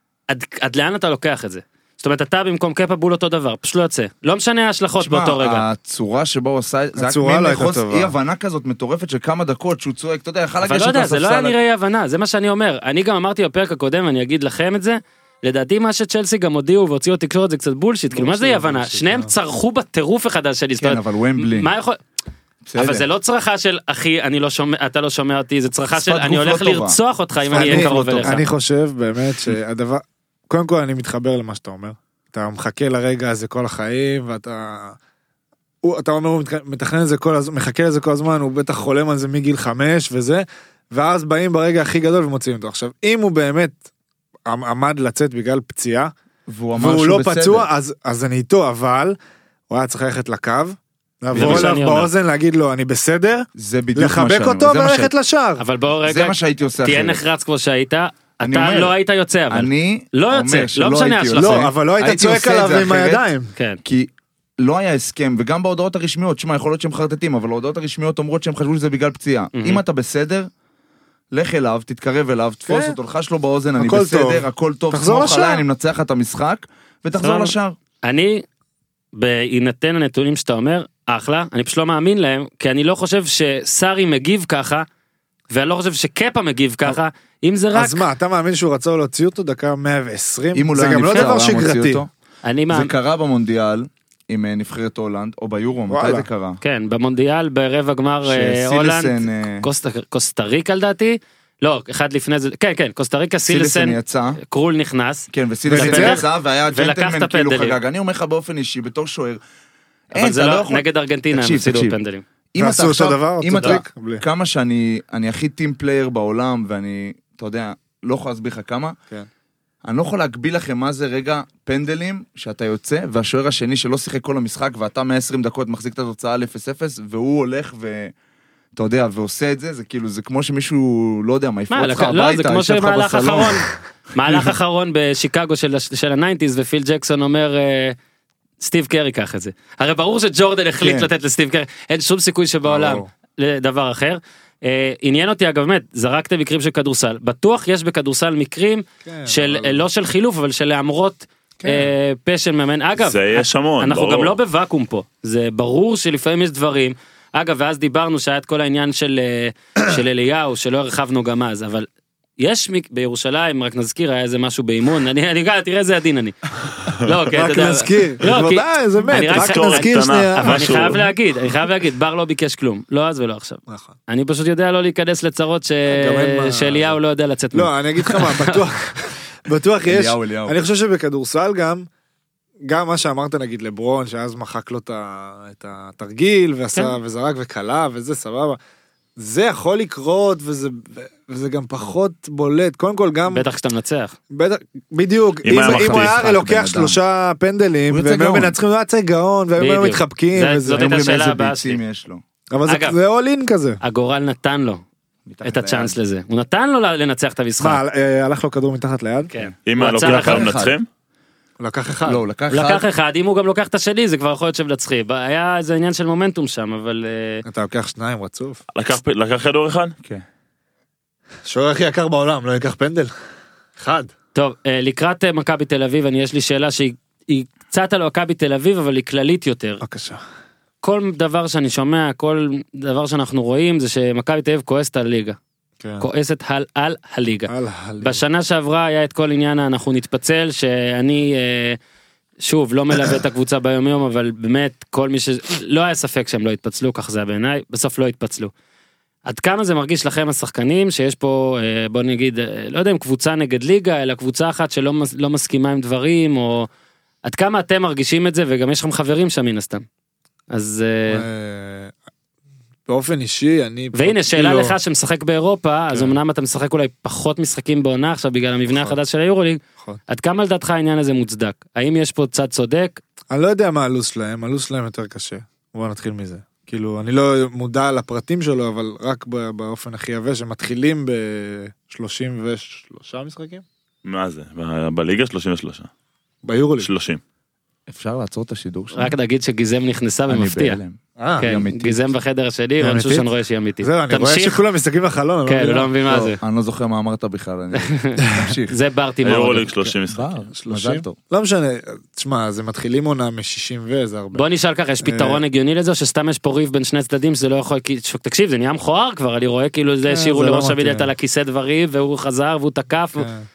עד לאן אתה לוקח את זה? זאת אומרת, אתה במקום קפה בול אותו דבר, פשוט לא יוצא. לא משנה ההשלכות באותו רגע. הצורה שבה הוא עושה, זה היה מין לחוץ אי הבנה כזאת מטורפת של כמה דקות שהוא צועק, אתה יודע, יכול לגשת לספסל. אבל לא יודע, זה לא היה נראה אי הבנה, זה מה שאני אומר. אני גם אמרתי בפרק הקודם, אני אגיד לכם את זה, לדעתי מה שצ'לסי גם הודיעו והוציאו תקשורת זה קצת בולשיט, כאילו מה זה אי הבנה? שניהם צרחו בטירוף אחד על שלי. כן, אבל ומבלי. מה יכול... אבל זה לא צרחה של אחי, אני לא שומע, אתה לא שומע אותי, זה צרחה של אני הולך לרצוח אותך אם אני אהיה קרוב אליך. אני חושב באמת שהדבר, קודם כל אני מתחבר למה שאתה אומר. אתה מחכה לרגע הזה כל החיים, ואתה... הוא, אתה אומר, הוא מתכנן את זה כל הזמן, מחכה לזה כל הזמן, הוא בטח חולם על זה מגיל חמש וזה, ואז באים ברגע הכי גדול ומוצאים אותו. עכשיו, אם הוא באמת עמד לצאת בגלל פציעה, והוא, והוא לא בסדר. פצוע, אז, אז אני איתו, אבל הוא היה צריך ללכת לקו, לעבור אליו באוזן, להגיד לו, אני בסדר, לחבק אותו וללכת לשער. אבל בוא רגע, תהיה נחרץ כמו שהיית, אתה לא היית יוצא, אבל אני לא יוצא, לא משנה השלכות. לא, אבל לא היית צועק עליו עם הידיים. כי לא היה הסכם, וגם בהודעות הרשמיות, שמה, יכול להיות שהם חרטטים, אבל ההודעות הרשמיות אומרות שהם חשבו שזה בגלל פציעה. אם אתה בסדר, לך אליו, תתקרב אליו, תפוס אותו, לחש לו באוזן, אני בסדר, הכל טוב, תחזור לשער, אני מנצח את המשחק, ותחזור לשער. אני, בהינתן הנתונים שאתה אומר, אחלה, אני פשוט לא מאמין להם, כי אני לא חושב שסארי מגיב ככה, ואני לא חושב שקפה מגיב ככה, אם זה רק... אז מה, אתה מאמין שהוא רצה להוציא אותו דקה מאה ועשרים? אם הוא זה גם לא דבר שגרתי. זה קרה במונדיאל, עם נבחרת הולנד, או ביורו, מתי זה קרה? כן, במונדיאל, ברבע גמר הולנד, קוסטה ריקה לדעתי, לא, אחד לפני זה, כן, כן, קוסטה ריקה, סילסן יצא, קרול נכנס, כן, וסילסן יצא, והיה ג'נטלמן כאילו חגג, אני אומר לך באופן אישי, בתור שוער, אבל זה לא, נגד ארגנטינה, הם הפסידו פנדלים. אם אתה עכשיו, אם אתה, כמה שאני, אני הכי טים פלייר בעולם, ואני, אתה יודע, לא יכול להסביר לך כמה, אני לא יכול להגביל לכם מה זה רגע פנדלים, שאתה יוצא, והשוער השני שלא שיחק כל המשחק, ואתה מאה ועשרים דקות מחזיק את התוצאה על אפס אפס, והוא הולך ו... אתה יודע, ועושה את זה, זה כאילו, זה כמו שמישהו, לא יודע, מה יפרוץ לך הביתה, לא, זה כמו שמהלך אחרון, מהלך אחרון בשיקגו של הניינטיז, ופיל ג'קסון אומר, סטיב קרי קח את זה. הרי ברור שג'ורדן החליט לתת לסטיב קרי, אין שום סיכוי שבעולם לדבר אחר. עניין אותי אגב, באמת, זרקתם מקרים של כדורסל, בטוח יש בכדורסל מקרים של, לא של חילוף, אבל של להמרות פשן מאמן. אגב, אנחנו גם לא בוואקום פה, זה ברור שלפעמים יש דברים, אגב, ואז דיברנו שהיה את כל העניין של, של אליהו, שלא הרחבנו גם אז, אבל יש בירושלים, רק נזכיר, היה איזה משהו באימון, אני, אני, תראה איזה עדין אני. לא, כן, רק נזכיר, לא, כי, זה מת, רק נזכיר שנייה. אבל אני חייב להגיד, אני חייב להגיד, בר לא ביקש כלום, לא אז ולא עכשיו. אני פשוט יודע לא להיכנס לצרות שאליהו לא יודע לצאת. לא, אני אגיד לך מה, בטוח, בטוח יש, אני חושב שבכדורסל גם, גם מה שאמרת נגיד לברון, שאז מחק לו את התרגיל, ועשה וזרק וקלה, וזה סבבה. זה יכול לקרות, וזה, וזה גם פחות בולט. קודם כל גם... בטח כשאתה מנצח. בטח, בדיוק. אם הוא היה לוקח שלושה פנדלים, והם היו מנצחים, הוא היה צי גאון, והם היו מתחבקים. זאת הייתה שאלה הבאה שלי. אבל זה all-in כזה. הגורל נתן לו את הצ'אנס לזה. הוא נתן לו לנצח את המשחק. מה, הלך לו כדור מתחת ליד? כן. אם הוא לוקח הם מנצחים? הוא לקח אחד. לא, הוא לקח אחד. לקח אחד, אם הוא גם לוקח את השני, זה כבר יכול להיות שמנצחים. היה איזה עניין של מומנטום שם, אבל... אתה לוקח שניים רצוף. לקח כדור אחד? כן. שוער הכי יקר בעולם, לא יקח פנדל. אחד. טוב, לקראת מכבי תל אביב, אני יש לי שאלה שהיא קצת על מכבי תל אביב, אבל היא כללית יותר. בבקשה. כל דבר שאני שומע, כל דבר שאנחנו רואים, זה שמכבי תל אביב כועסת על ליגה. כועסת על, על הליגה. על הליגה. בשנה שעברה היה את כל עניין אנחנו נתפצל, שאני שוב לא מלווה את הקבוצה ביום יום, אבל באמת כל מי ש... לא היה ספק שהם לא התפצלו, כך זה בעיניי, בסוף לא התפצלו. עד כמה זה מרגיש לכם השחקנים, שיש פה, בוא נגיד, לא יודע אם קבוצה נגד ליגה, אלא קבוצה אחת שלא לא מסכימה עם דברים, או עד כמה אתם מרגישים את זה, וגם יש לכם חברים שם מן הסתם. אז... באופן אישי, אני... והנה, שאלה לך שמשחק באירופה, אז אמנם אתה משחק אולי פחות משחקים בעונה עכשיו, בגלל המבנה החדש של היורוליג, עד כמה לדעתך העניין הזה מוצדק? האם יש פה צד צודק? אני לא יודע מה הלו"ז שלהם, הלו"ז שלהם יותר קשה. בואו נתחיל מזה. כאילו, אני לא מודע לפרטים שלו, אבל רק באופן הכי יבש, שמתחילים ב-שלושים ושלושה משחקים? מה זה? בליגה שלושים ושלושה. ביורוליג? שלושים. אפשר לעצור את השידור שלנו? רק נגיד שגיזם נכנסה ומפתיע. כן, גיזם בחדר שלי, רון שושן רואה שהיא אמיתית. זהו, אני רואה שכולם מסתכלים לחלון. כן, הוא לא מבין מה זה. אני לא זוכר מה אמרת בכלל, אני אמשיך. זה ברתי מאוד. היורוליג שלושים משחקים. מזל טוב. לא משנה, תשמע, זה מתחילים עונה מ-שישים וזה הרבה. בוא נשאל ככה, יש פתרון הגיוני לזה, או שסתם יש פה ריב בין שני צדדים, שזה לא יכול, תקשיב, זה נהיה מכוער כבר, אני רואה כאילו זה שירו לראש הווידאת על הכיסא דברים, והוא חזר והוא תקף.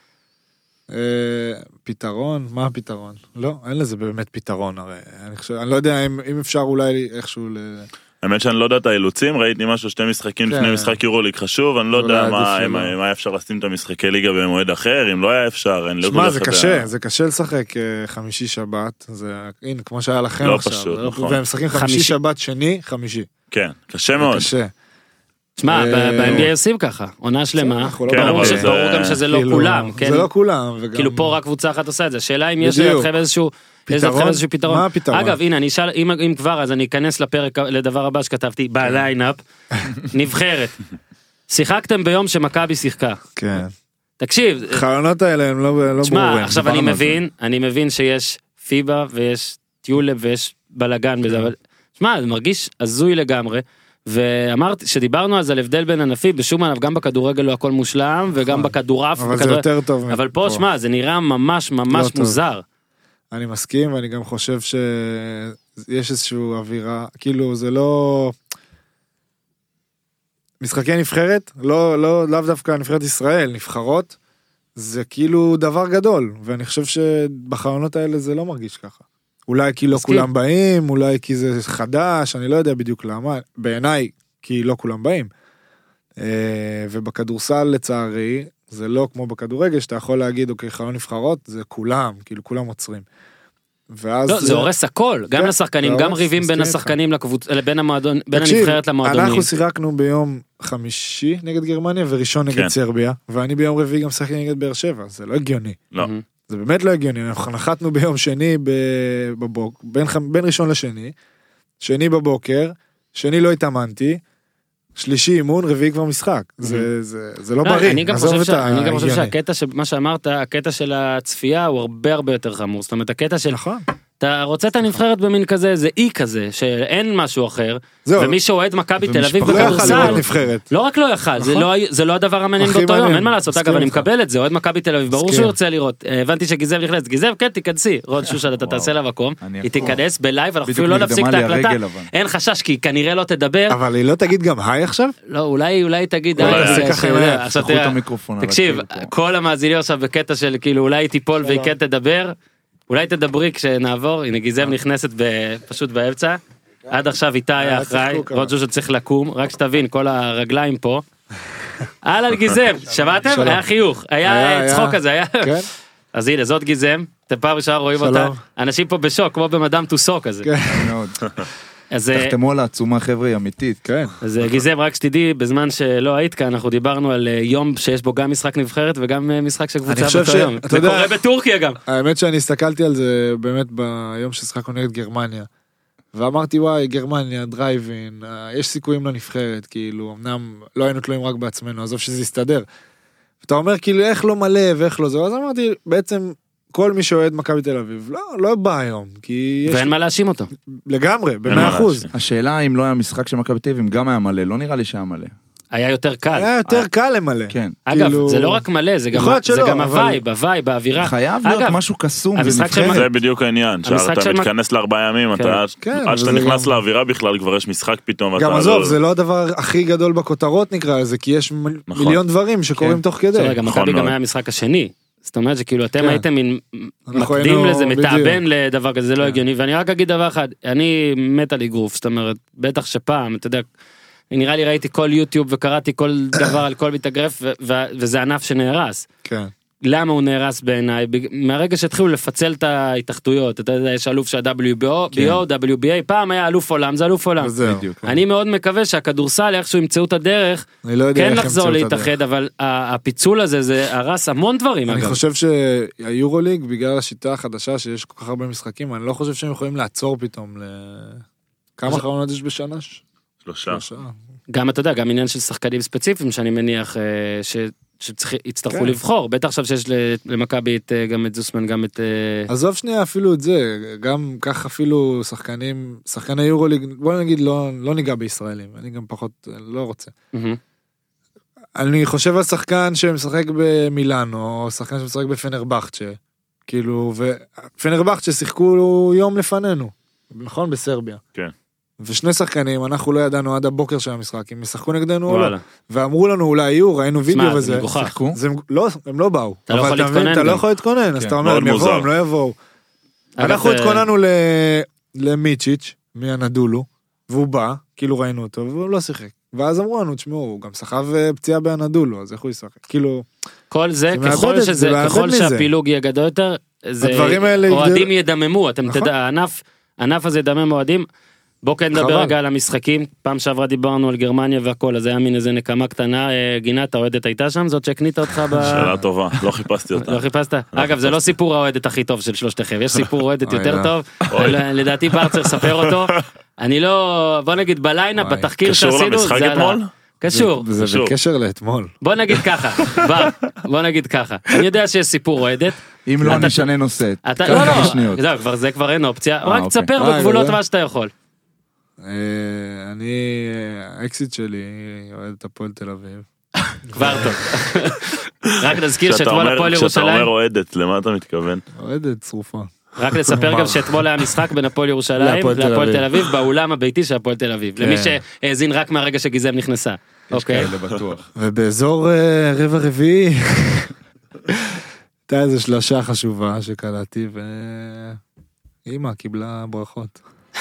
פתרון, מה הפתרון? לא, אין לזה באמת פתרון, הרי אני חושב, אני לא יודע אם, אם אפשר אולי איכשהו ל... האמת שאני לא יודע את האילוצים, ראיתי משהו שתי משחקים לפני משחק יורוליג חשוב, אני לא יודע מה היה אפשר לשים את המשחקי ליגה במועד אחר, אם לא היה אפשר, אני לא יודע. שמע, זה קשה, זה קשה לשחק חמישי שבת, זה, הנה, כמו שהיה לכם עכשיו. לא פשוט, נכון. והם משחקים חמישי שבת, שני, חמישי. כן, קשה מאוד. קשה. תשמע, ב-אן בי איי עושים ככה, עונה שלמה, ברור גם שזה לא כולם, זה לא כולם, כאילו פה רק קבוצה אחת עושה את זה, שאלה אם יש לכם איזשהו פתרון, מה הפתרון? אגב, הנה, אני אשאל, אם כבר, אז אני אכנס לפרק, לדבר הבא שכתבתי, בליינאפ, נבחרת, שיחקתם ביום שמכבי שיחקה, כן, תקשיב, חלונות האלה הם לא ברורים, תשמע, עכשיו אני מבין, אני מבין שיש פיבה, ויש טיולב, ויש בלגן בזה, אבל, תשמע, זה מרגיש הזוי לגמרי, ואמרתי שדיברנו אז על הבדל בין ענפים, בשום ענף, גם בכדורגל לא הכל מושלם, וגם בכדורעף, אבל זה יותר טוב. אבל פה, שמע, זה נראה ממש ממש מוזר. אני מסכים, ואני גם חושב שיש איזושהי אווירה, כאילו זה לא... משחקי נבחרת, לא, לא, לאו דווקא נבחרת ישראל, נבחרות, זה כאילו דבר גדול, ואני חושב שבחלונות האלה זה לא מרגיש ככה. אולי כי לא כולם באים, אולי כי זה חדש, אני לא יודע בדיוק למה, בעיניי, כי לא כולם באים. ובכדורסל לצערי, זה לא כמו בכדורגל, שאתה יכול להגיד, אוקיי, חלון נבחרות, זה כולם, כאילו כולם עוצרים. ואז לא, זה הורס הכל, גם לשחקנים, גם ריבים בין השחקנים לבין המועדון, בין הנבחרת למועדונים. אנחנו שיחקנו ביום חמישי נגד גרמניה, וראשון נגד סרביה, ואני ביום רביעי גם שחקתי נגד באר שבע, זה לא הגיוני. לא. זה באמת לא הגיוני, אנחנו נחתנו ביום שני בבוקר, בין ראשון לשני, שני בבוקר, שני לא התאמנתי, שלישי אימון, רביעי כבר משחק. זה, זה, זה לא בריא. אני גם חושב, ש... אני גם חושב שהקטע, מה שאמרת, הקטע של הצפייה הוא הרבה הרבה יותר חמור. זאת אומרת, הקטע של... נכון. אתה רוצה את הנבחרת במין כזה, זה אי כזה, שאין משהו אחר, ומי שאוהד מכבי תל אביב בכדורסל, לא רק לא יכל, זה לא הדבר המעניין באותו יום, אין מה לעשות, אגב, אני מקבל את זה, אוהד מכבי תל אביב, ברור שהוא ירצה לראות, הבנתי שגיזב נכנס, גיזב, כן, תיכנסי, רוד שושל, אתה תעשה לה מקום, היא תיכנס בלייב, אנחנו אפילו לא נפסיק את ההקלטה, אין חשש, כי כנראה לא תדבר, אבל היא לא תגיד גם היי עכשיו? לא, אולי, אולי תגיד, תקשיב, כל המאזינים עכשיו בקטע של כאילו אולי תיפול והיא כן תדבר, אולי תדברי כשנעבור, הנה גיזם נכנסת פשוט באמצע, עד עכשיו איתי האחראי, רוג'ו שצריך לקום, רק שתבין, כל הרגליים פה, הלאה גיזם, שמעתם? היה חיוך, היה צחוק כזה, היה... אז הנה, זאת גיזם, אתם פעם ראשונה רואים אותה, אנשים פה בשוק, כמו במדאם טוסו כזה. כן, מאוד. תחתמו על העצומה חבר'ה, היא אמיתית, כן. אז גיזם, רק שתדעי, בזמן שלא היית כאן, אנחנו דיברנו על יום שיש בו גם משחק נבחרת וגם משחק של קבוצה באותו יום. זה קורה בטורקיה גם. האמת שאני הסתכלתי על זה באמת ביום ששחקנו נגד גרמניה, ואמרתי וואי, גרמניה, דרייבין, יש סיכויים לנבחרת, כאילו, אמנם לא היינו תלויים רק בעצמנו, עזוב שזה יסתדר. ואתה אומר כאילו איך לא מלא ואיך לא זה, אז אמרתי בעצם כל מי שאוהד מכבי תל אביב, לא, לא בא היום, כי ואין מה להאשים אותו. לגמרי, במאה אחוז. השאלה אם לא היה משחק של מכבי תל אביב, אם גם היה מלא, לא נראה לי שהיה מלא. היה יותר קל. היה יותר קל למלא. כן. אגב, זה לא רק מלא, זה גם הווייב, הווייב, האווירה. חייב להיות משהו קסום. זה בדיוק העניין, שאתה מתכנס לארבעה ימים, עד שאתה נכנס לאווירה בכלל, כבר יש משחק פתאום. גם עזוב, זה לא הדבר הכי גדול בכותרות נקרא לזה, כי יש מיליון דברים שקורים תוך כדי. גם מכבי גם היה המשחק השני. זאת אומרת שכאילו אתם הייתם מקדים לזה, מתאבן לדבר כזה, זה לא הגיוני, ואני רק אגיד דבר אחד, אני מת על אגרוף, זאת אומרת, בטח שפעם, אתה יודע, נראה לי ראיתי כל יוטיוב וקראתי כל דבר על כל מתאגרף, וזה ענף שנהרס. כן. למה הוא נהרס בעיניי? מהרגע שהתחילו לפצל את ההתאחדויות, אתה יודע, יש אלוף של ה-דאבליו בי או, דאבליו בי איי, פעם היה אלוף עולם, זה אלוף עולם. אני מאוד מקווה שהכדורסל איכשהו ימצאו את הדרך, כן לחזור להתאחד, אבל הפיצול הזה, זה הרס המון דברים. אני חושב שהיורוליג, בגלל השיטה החדשה שיש כל כך הרבה משחקים, אני לא חושב שהם יכולים לעצור פתאום. כמה חלונות יש בשנה? שלושה. גם אתה יודע, גם עניין של שחקנים ספציפיים, שאני מניח ש... שיצטרכו לבחור, בטח עכשיו שיש למכבי גם את זוסמן, גם את... עזוב שנייה אפילו את זה, גם כך אפילו שחקנים, שחקני יורוליג, בוא נגיד לא ניגע בישראלים, אני גם פחות לא רוצה. אני חושב על שחקן שמשחק במילאנו, או שחקן שמשחק בפנרבחצ'ה, כאילו, ופנרבחצ'ה שיחקו יום לפנינו, נכון? בסרביה. כן. ושני שחקנים, אנחנו לא ידענו עד הבוקר של המשחק, אם ישחקו נגדנו או לא. ואמרו לנו, אולי יהיו, ראינו וידאו וזה. זה מגוחך. לא, הם לא באו. אתה לא יכול להתכונן. אתה לא יכול להתכונן, אז אתה אומר, הם יבואו, הם לא יבואו. אנחנו התכוננו למיצ'יץ', מהנדולו, והוא בא, כאילו ראינו אותו, והוא לא שיחק. ואז אמרו לנו, תשמעו, הוא גם שכב פציעה בהנדולו, אז איך הוא ישחק? כאילו... כל זה, ככל שהפילוג יהיה גדול יותר, אוהדים ידממו, אתם תדע, הענף הזה ידמם אוהדים. בוא כן נדבר רגע על המשחקים, פעם שעברה דיברנו על גרמניה והכל, אז היה מין איזה נקמה קטנה, גינת, האוהדת הייתה שם, זאת שהקנית אותך ב... שאלה טובה, לא חיפשתי אותה. לא חיפשת? אגב, זה לא סיפור האוהדת הכי טוב של שלושתכם, יש סיפור אוהדת יותר טוב, לדעתי פעם צריך לספר אותו, אני לא, בוא נגיד בליינא, בתחקיר שעשינו, קשור למשחק אתמול? קשור. זה בקשר לאתמול. בוא נגיד ככה, בוא נגיד ככה, אני יודע שיש סיפור אוהדת, אם לא נשנה נושא, לא, לא, זה כבר אין אופציה, רק תספר בגבולות מה שאתה יכול. אני, האקסיט שלי, אוהד את הפועל תל אביב. כבר טוב. רק נזכיר שאתמול הפועל ירושלים... כשאתה אומר אוהדת, למה אתה מתכוון? אוהדת צרופה. רק לספר גם שאתמול היה משחק בין הפועל ירושלים להפועל תל אביב, באולם הביתי של הפועל תל אביב. למי שהאזין רק מהרגע שגיזם נכנסה. אוקיי. ובאזור רבע רביעי, הייתה איזו שלושה חשובה שקלעתי, ואמא קיבלה ברכות.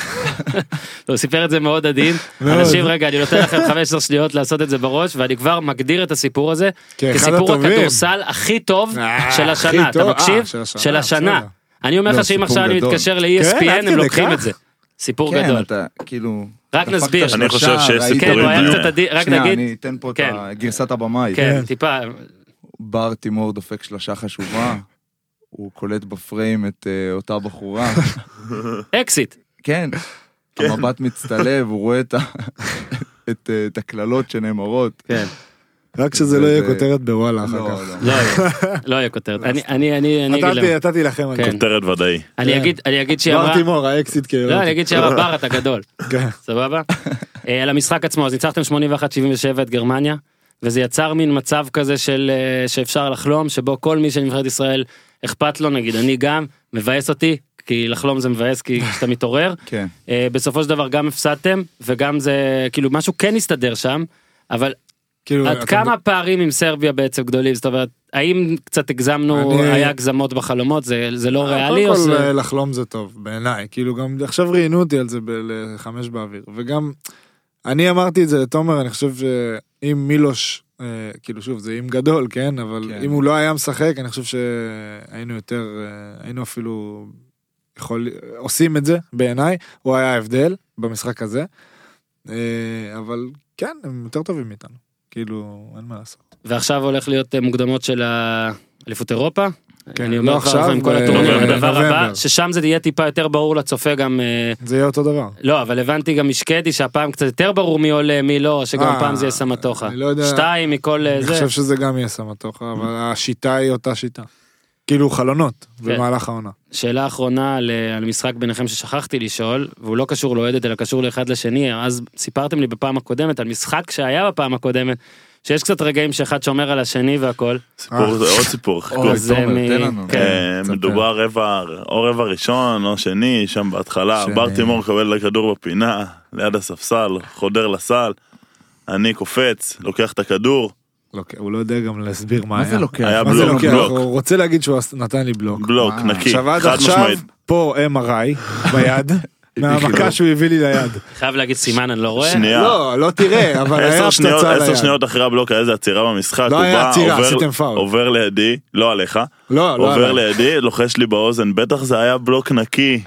הוא סיפר את זה מאוד עדין. אנשים, רגע, אני נותן לכם חמש עשרה שניות לעשות את זה בראש, ואני כבר מגדיר את הסיפור הזה כסיפור הכדורסל הכי טוב של השנה. אתה מקשיב? של השנה. אני אומר לך שאם עכשיו אני מתקשר ל-E S P N הם לוקחים את זה. סיפור גדול. רק נסביר. אני חושב שיש סיפורים. רק נגיד. אני אתן פה את גרסת הבמאי. כן, טיפה. בר תימור דופק שלושה חשובה. הוא קולט בפריים את אותה בחורה. אקסיט. כן. המבט מצטלב, הוא רואה את הכללות שנאמרות. כן. רק שזה לא יהיה כותרת בוואלה אחר כך. לא יהיה כותרת. אני אגיד להם. נתתי לכם. כותרת ודאי. אני אגיד שהיא אמרה... בר תימור, האקסיט כאילו. לא, אני אגיד שהיא אמרה בר, אתה גדול. סבבה? על המשחק עצמו, אז ניצחתם שמונים ואחת שבעים ושבע את גרמניה, וזה יצר מין מצב כזה של שאפשר לחלום, שבו כל מי שנבחרת ישראל אכפת לו, נגיד, אני גם, מבאס אותי, כי לחלום זה מבאס, כי כשאתה מתעורר. בסופו של דבר גם הפסדתם, וגם זה, כאילו, משהו כן הסתדר שם, אבל עד כמה פערים עם סרביה בעצם גדולים? זאת אומרת, האם קצת הגזמנו, היה הגזמות בחלומות, זה לא ריאלי? קודם כל לחלום זה טוב, בעיניי. כאילו גם עכשיו ראיינו אותי על זה לחמש באוויר, וגם אני אמרתי את זה לתומר, אני חושב שאם מילוש, כאילו שוב, זה עם גדול, כן? אבל אם הוא לא היה משחק, אני חושב שהיינו יותר, היינו אפילו יכול, עושים את זה בעיניי, הוא היה הבדל במשחק הזה, אבל כן, הם יותר טובים מאיתנו. כאילו, אין מה לעשות. ועכשיו הולך להיות מוקדמות של אליפות אירופה? כן, אני אומר כבר עם כל הטורניר, הדבר הבא, ששם זה יהיה טיפה יותר ברור לצופה גם... זה יהיה אותו דבר. לא, אבל הבנתי גם משקדי שהפעם קצת יותר ברור מי עולה, מי לא, שגם פעם זה יהיה סמטוחה. שתיים מכל זה. אני חושב שזה גם יהיה סמטוחה, אבל השיטה היא אותה שיטה. כאילו חלונות, במהלך העונה. שאלה אחרונה על משחק ביניכם ששכחתי לשאול, והוא לא קשור לאוהדת, אלא קשור לאחד לשני, אז סיפרתם לי בפעם הקודמת, על משחק שהיה בפעם הקודמת, שיש קצת רגעים שאחד שומר על השני והכל. סיפור, זה עוד סיפור. מדובר רבע, או רבע ראשון, או שני, שם בהתחלה, בר תימור קבל לכדור בפינה, ליד הספסל, חודר לסל, אני קופץ, לוקח את הכדור, הוא לא יודע גם להסביר מה היה. מה זה לוקח? היה בלוק, בלוק. הוא רוצה להגיד שהוא נתן לי בלוק. בלוק, נקי, חד משמעית. פה M R I ביד, מהמכה שהוא הביא לי ליד. חייב להגיד סימן, אני לא רואה. שנייה. לא, לא תראה, אבל היה פצצה ליד. עשר שניות אחרי הבלוק, היה איזה עצירה במשחק. לא היה עצירה, עשיתם פאול. עובר לידי, לא עליך. לא, לא. עובר לידי, לוחש לי באוזן, בטח זה היה בלוק נקי.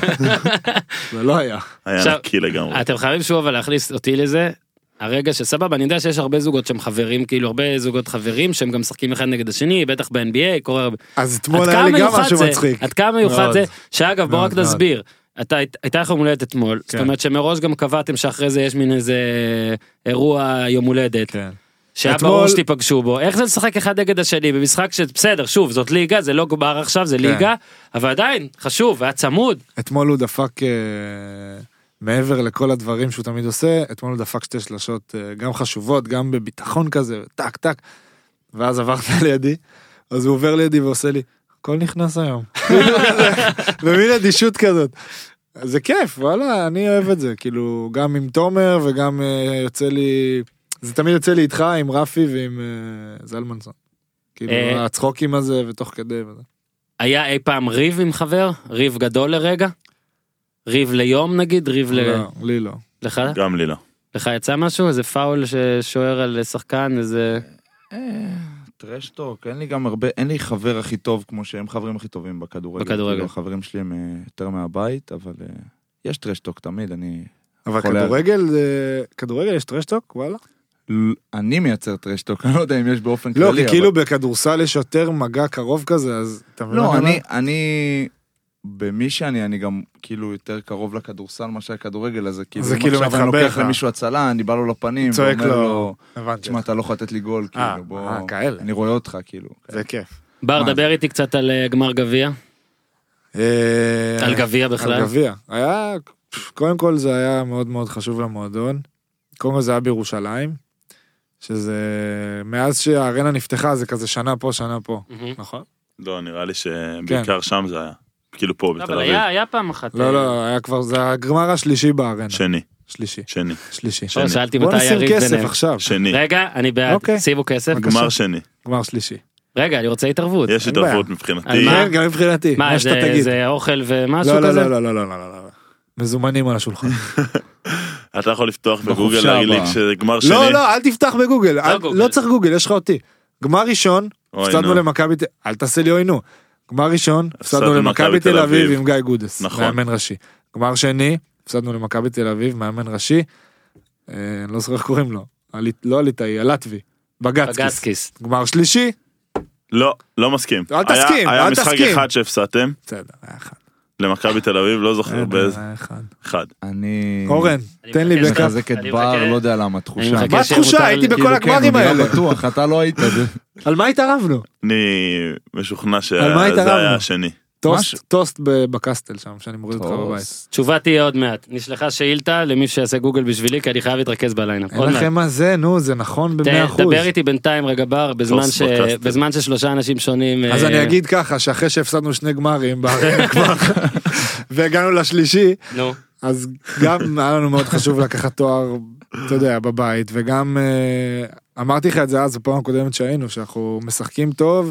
זה לא היה. היה נקי לגמרי. אתם חייבים שוב אבל להכניס אותי לזה. הרגע שסבבה, אני יודע שיש הרבה זוגות שהם חברים, כאילו הרבה זוגות חברים שהם גם משחקים אחד נגד השני, בטח ב-N B A, קורה הרבה. אז אתמול היה לי גם משהו מצחיק. עד כמה מיוחד זה, שאגב בוא רק נסביר, הייתה לך יום הולדת אתמול, זאת אומרת שמראש גם קבעתם שאחרי זה יש מין איזה אירוע יום הולדת, שהיה ברור שתיפגשו בו, איך זה לשחק אחד נגד השני, במשחק שבסדר, שוב, זאת ליגה, זה לא גבר עכשיו, זה ליגה, אבל עדיין, חשוב, היה צמוד. אתמול הוא דפק... מעבר לכל הדברים שהוא תמיד עושה, אתמול הוא דפק שתי שלשות גם חשובות, גם בביטחון כזה, טק טק, ואז עברת לידי, אז הוא עובר לידי ועושה לי, הכל נכנס היום. ומין אדישות כזאת. זה כיף, וואלה, אני אוהב את זה, כאילו, גם עם תומר וגם יוצא לי, זה תמיד יוצא לי איתך, עם רפי ועם זלמנסון. כאילו, הצחוקים הזה ותוך כדי וזה. היה אי פעם ריב עם חבר? ריב גדול לרגע? ריב ליום נגיד, ריב ל... לא, לי לא. לך? גם לי לא. לך יצא משהו? איזה פאול ששוער על שחקן, איזה... טרשטוק, אין לי גם הרבה, אין לי חבר הכי טוב כמו שהם חברים הכי טובים בכדורגל. בכדורגל. החברים שלי הם יותר מהבית, אבל יש טרשטוק תמיד, אני... אבל כדורגל, כדורגל יש טרשטוק, וואלה? אני מייצר טרשטוק, אני לא יודע אם יש באופן כללי. לא, כי כאילו בכדורסל יש יותר מגע קרוב כזה, אז... לא, אני... אני... במי שאני, אני גם כאילו יותר קרוב לכדורסל, מה שהכדורגל הזה, כאילו, זה כאילו עכשיו אני לוקח למישהו הצלה, אני בא לו לפנים, צועק לו, תשמע, אתה לא יכול לתת לי גול, כאילו, בוא, אני רואה אותך, כאילו. זה כיף. בר, דבר איתי קצת על גמר גביע. על גביע בכלל. על גביע. היה קודם כל זה היה מאוד מאוד חשוב למועדון. קודם כל זה היה בירושלים, שזה, מאז שהארנה נפתחה זה כזה שנה פה, שנה פה, נכון? לא, נראה לי שבעיקר שם זה היה. כאילו פה בתל אביב. אבל היה פעם אחת. לא, לא, היה כבר, זה הגמר השלישי בארנה. שני. שלישי. שני. שלישי. שאלתי בוא מתי נשים יריב כסף ביניהם. עכשיו. שני. רגע, אני בעד. שימו כסף. גמר שני. גמר שלישי. רגע, אני רוצה התערבות. יש התערבות מבחינתי. כן, גם מבחינתי. מה, זה אוכל ומשהו לא, כזה? לא, לא, לא, לא, לא, לא. מזומנים על השולחן. אתה יכול לפתוח בגוגל להגיד לי כשגמר שני. לא, לא, אל תפתח בגוגל. לא צריך גוגל, יש לך אותי. גמר ראשון, הפסדנו למכבי, אל תעשה לי אוינו. גמר ראשון, הפסדנו למכבי תל אביב עם גיא גודס, מאמן ראשי. גמר שני, הפסדנו למכבי תל אביב, מאמן ראשי. אני לא זוכר איך קוראים לו. לא הליטאי, הלטבי. בגצקיס. גמר שלישי. לא, לא מסכים. אל תסכים, היה אל תסכים. משחק אחד שהפסדתם. בסדר, היה אחד. למכבי תל אביב, לא זוכר באיזה. אחד. אני... אורן, תן לי בקאפ. מחזק את בר, לא יודע למה, תחושה. מה תחושה? הייתי בכל הגמרים האלה. בטוח, אתה לא היית. על מה התערבנו? אני משוכנע שזה היה השני. טוסט בקסטל שם, שאני מוריד אותך בבית. תשובה תהיה עוד מעט. נשלחה שאילתה למי שיעשה גוגל בשבילי, כי אני חייב להתרכז בליינאפ. אין לכם מה זה, נו, זה נכון ב-מאה אחוז. דבר איתי בינתיים רגע בר, בזמן ששלושה אנשים שונים... אז אני אגיד ככה, שאחרי שהפסדנו שני גמרים, והגענו לשלישי, אז גם היה לנו מאוד חשוב לקחת תואר, אתה יודע, בבית, וגם אמרתי לך את זה אז, בפעם הקודמת שהיינו, שאנחנו משחקים טוב,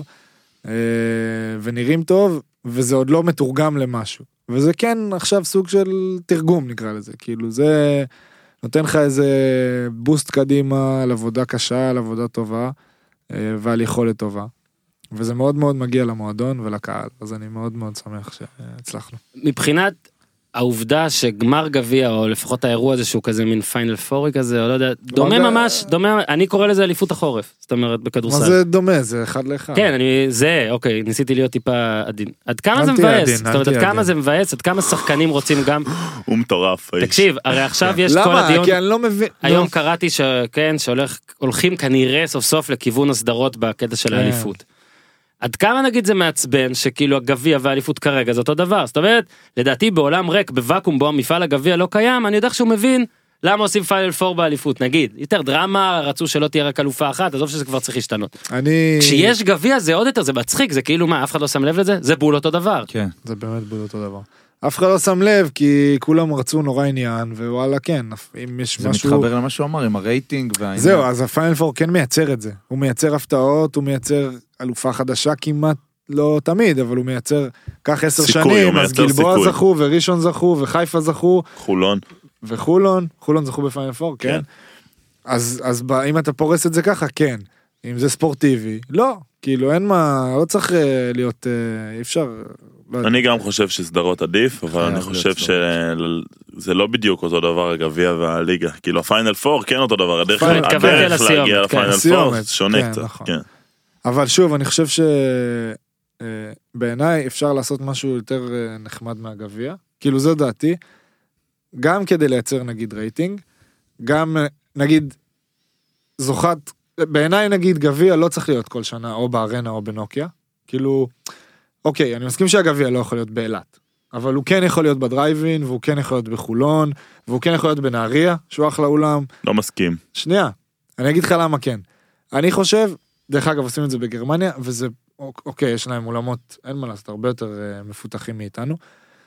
ונראים טוב, וזה עוד לא מתורגם למשהו. וזה כן עכשיו סוג של תרגום נקרא לזה. כאילו זה נותן לך איזה בוסט קדימה על עבודה קשה, על עבודה טובה, ועל יכולת טובה. וזה מאוד מאוד מגיע למועדון ולקהל. אז אני מאוד מאוד שמח שהצלחנו. מבחינת העובדה שגמר גביע, או לפחות האירוע הזה שהוא כזה מין פיינל פורי כזה, או לא יודע, דומה ממש, דומה, אני קורא לזה אליפות החורף, זאת אומרת בכדורסל. מה זה דומה? זה אחד לאחד. כן, אני, זה, אוקיי, ניסיתי להיות טיפה עדין. עד כמה זה מבאס? זאת אומרת, עד כמה זה מבאס? עד כמה שחקנים רוצים גם... הוא מטורף. תקשיב, הרי עכשיו יש כל הדיון... למה? כי אני לא מבין... היום קראתי שכן, שהולכים כנראה סוף סוף לכיוון הסדרות בקטע של האליפות. עד כמה נגיד זה מעצבן שכאילו הגביע והאליפות כרגע זה אותו דבר, זאת אומרת, לדעתי בעולם ריק, בוואקום בו המפעל הגביע לא קיים, אני יודע שהוא מבין למה עושים פיינל פור באליפות, נגיד, יותר דרמה, רצו שלא תהיה רק אלופה אחת, עזוב שזה כבר צריך להשתנות. אני... כשיש גביע זה עוד יותר, זה מצחיק, זה כאילו מה, אף אחד לא שם לב לזה? זה בול אותו דבר. כן. זה באמת בול אותו דבר. אף אחד לא שם לב, כי כולם רצו נורא עניין, ווואלה כן, אם יש זה משהו... זה מתחבר למה שהוא אמר, עם הרייטינג והעניין. זהו, אז הפיינל פור כן מייצר את זה. הוא מייצר הפתעות, הוא מייצר אלופה חדשה כמעט, לא תמיד, אבל הוא מייצר כך עשר שנים, אז גלבוע זכו, וראשון זכו, וחיפה זכו. חולון. וחולון, חולון זכו בפיינל פור, כן. אז, אז אם אתה פורס את זה ככה, כן. אם זה ספורטיבי, לא. כאילו אין מה, לא צריך להיות, אי אפשר... אני גם חושב שסדרות עדיף, אבל אני חושב שזה לא בדיוק אותו דבר הגביע והליגה. כאילו הפיינל פור כן אותו דבר, הדרך להגיע לפיינל פור שונה קצת. אבל שוב, אני חושב שבעיניי אפשר לעשות משהו יותר נחמד מהגביע. כאילו זו דעתי. גם כדי לייצר נגיד רייטינג, גם נגיד זוכת, בעיניי נגיד גביע לא צריך להיות כל שנה או בארנה או בנוקיה. כאילו... אוקיי, אני מסכים שהגביע לא יכול להיות באילת, אבל הוא כן יכול להיות בדרייבין, והוא כן יכול להיות בחולון, והוא כן יכול להיות בנהריה, שהוא אחלה אולם. לא מסכים. שנייה, אני אגיד לך למה כן. אני חושב, דרך אגב עושים את זה בגרמניה, וזה, אוקיי, יש להם אולמות, אין מה לעשות, הרבה יותר מפותחים מאיתנו.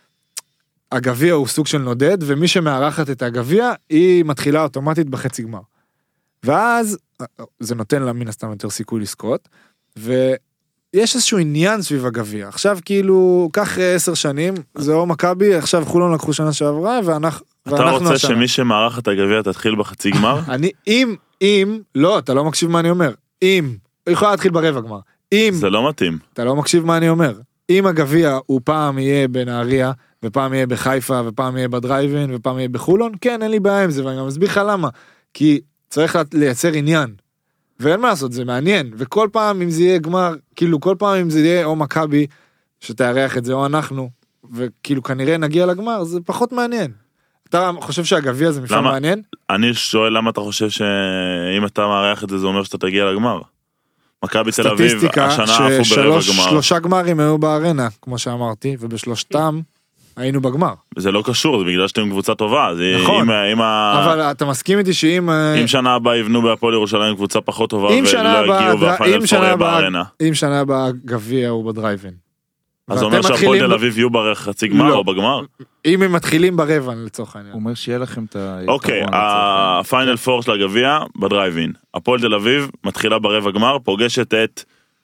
הגביע הוא סוג של נודד, ומי שמארחת את הגביע, היא מתחילה אוטומטית בחצי גמר. ואז, זה נותן לה מן הסתם יותר סיכוי לזכות, ו... יש איזשהו עניין סביב הגביע. עכשיו כאילו, כך עשר שנים, זה או מכבי, עכשיו חולון לקחו שנה שעברה, ואנחנו... אתה רוצה שמי שמערך את הגביע תתחיל בחצי גמר? אני, אם, אם, לא, אתה לא מקשיב מה אני אומר. אם, היא יכולה להתחיל ברבע גמר. אם... זה לא מתאים. אתה לא מקשיב מה אני אומר. אם הגביע הוא פעם יהיה בנהריה, ופעם יהיה בחיפה, ופעם יהיה בדרייבין, ופעם יהיה בחולון, כן, אין לי בעיה עם זה, ואני גם מסביר לך למה. כי צריך לייצר עניין. ואין מה לעשות, זה מעניין, וכל פעם אם זה יהיה גמר, כאילו כל פעם אם זה יהיה או מכבי, שתארח את זה, או אנחנו, וכאילו כנראה נגיע לגמר, זה פחות מעניין. אתה חושב שהגביע זה מפעל מעניין? אני שואל למה אתה חושב שאם אתה מארח את זה, זה אומר שאתה תגיע לגמר. מכבי תל אביב, השנה עפו ברבע גמר. שלושה גמרים היו בארנה, כמו שאמרתי, ובשלושתם היינו בגמר. זה לא קשור, זה בגלל שאתם קבוצה טובה. נכון, אם, אם אבל ה... אתה מסכים איתי שאם... אם שנה הבאה יבנו בהפועל ירושלים קבוצה פחות טובה ולא הגיעו והפיינל פור יהיה בארנה. אם שנה הבאה גביע הוא בדרייבין. אז אומר שהפועל תל אביב יהיו בחצי גמר או בגמר? אם הם מתחילים ברבע לצורך העניין. הוא אומר שיהיה לכם את ה... אוקיי, הפיינל פור של הגביע בדרייבין. הפועל תל אביב מתחילה ברבע גמר, פוגשת את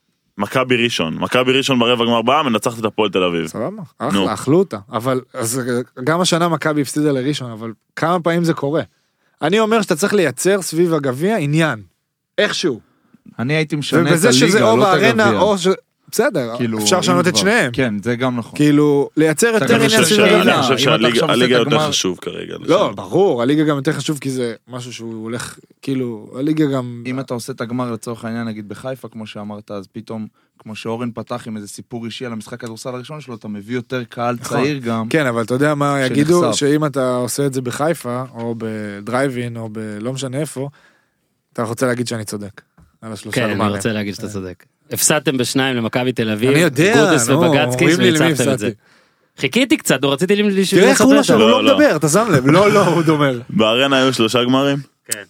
מכבי ראשון. מכבי ראשון ברבע גמר באה, מנצחת את הפועל תל אביב. סבבה, אחלה, אכלו אותה. אבל, אז גם השנה מכבי הפסידה לראשון, אבל כמה פעמים זה קורה. אני אומר שאתה צריך לייצר סביב הגביע עניין. איכשהו. אני הייתי משנה את ובזה שזה הליגה, או לא את בארנה, הגביע. או ש... בסדר, אפשר לשנות את שניהם. כן, זה גם נכון. כאילו, לייצר יותר עניין סביב הגביע. אני חושב שהליגה יותר חשוב כרגע. לא, ברור, הליגה גם יותר חשוב, כי זה משהו שהוא הולך, כאילו, הליגה גם... אם אתה עושה את הגמר לצורך העניין, נגיד בחיפה, כמו שאמרת, אז פתאום, כמו שאורן פתח עם איזה סיפור אישי על המשחק הכדורסל הראשון שלו, אתה מביא יותר קהל צעיר גם. כן, אבל אתה יודע מה יגידו, שאם אתה עושה את זה בחיפה, או בדרייבין, או בלא משנה איפה, אתה רוצה להגיד שאני צודק. כן, אני רוצה להגיד שאתה צודק. הפסדתם בשניים למכבי תל אביב. אני יודע, גודס ובגצקיס, וניצחתם את זה. חיכיתי קצת, רציתי לי... תראה איך הוא לא מדבר, אתה שם לב. לא, לא, הוא דומר. בארנה היו שלושה גמרים? כן.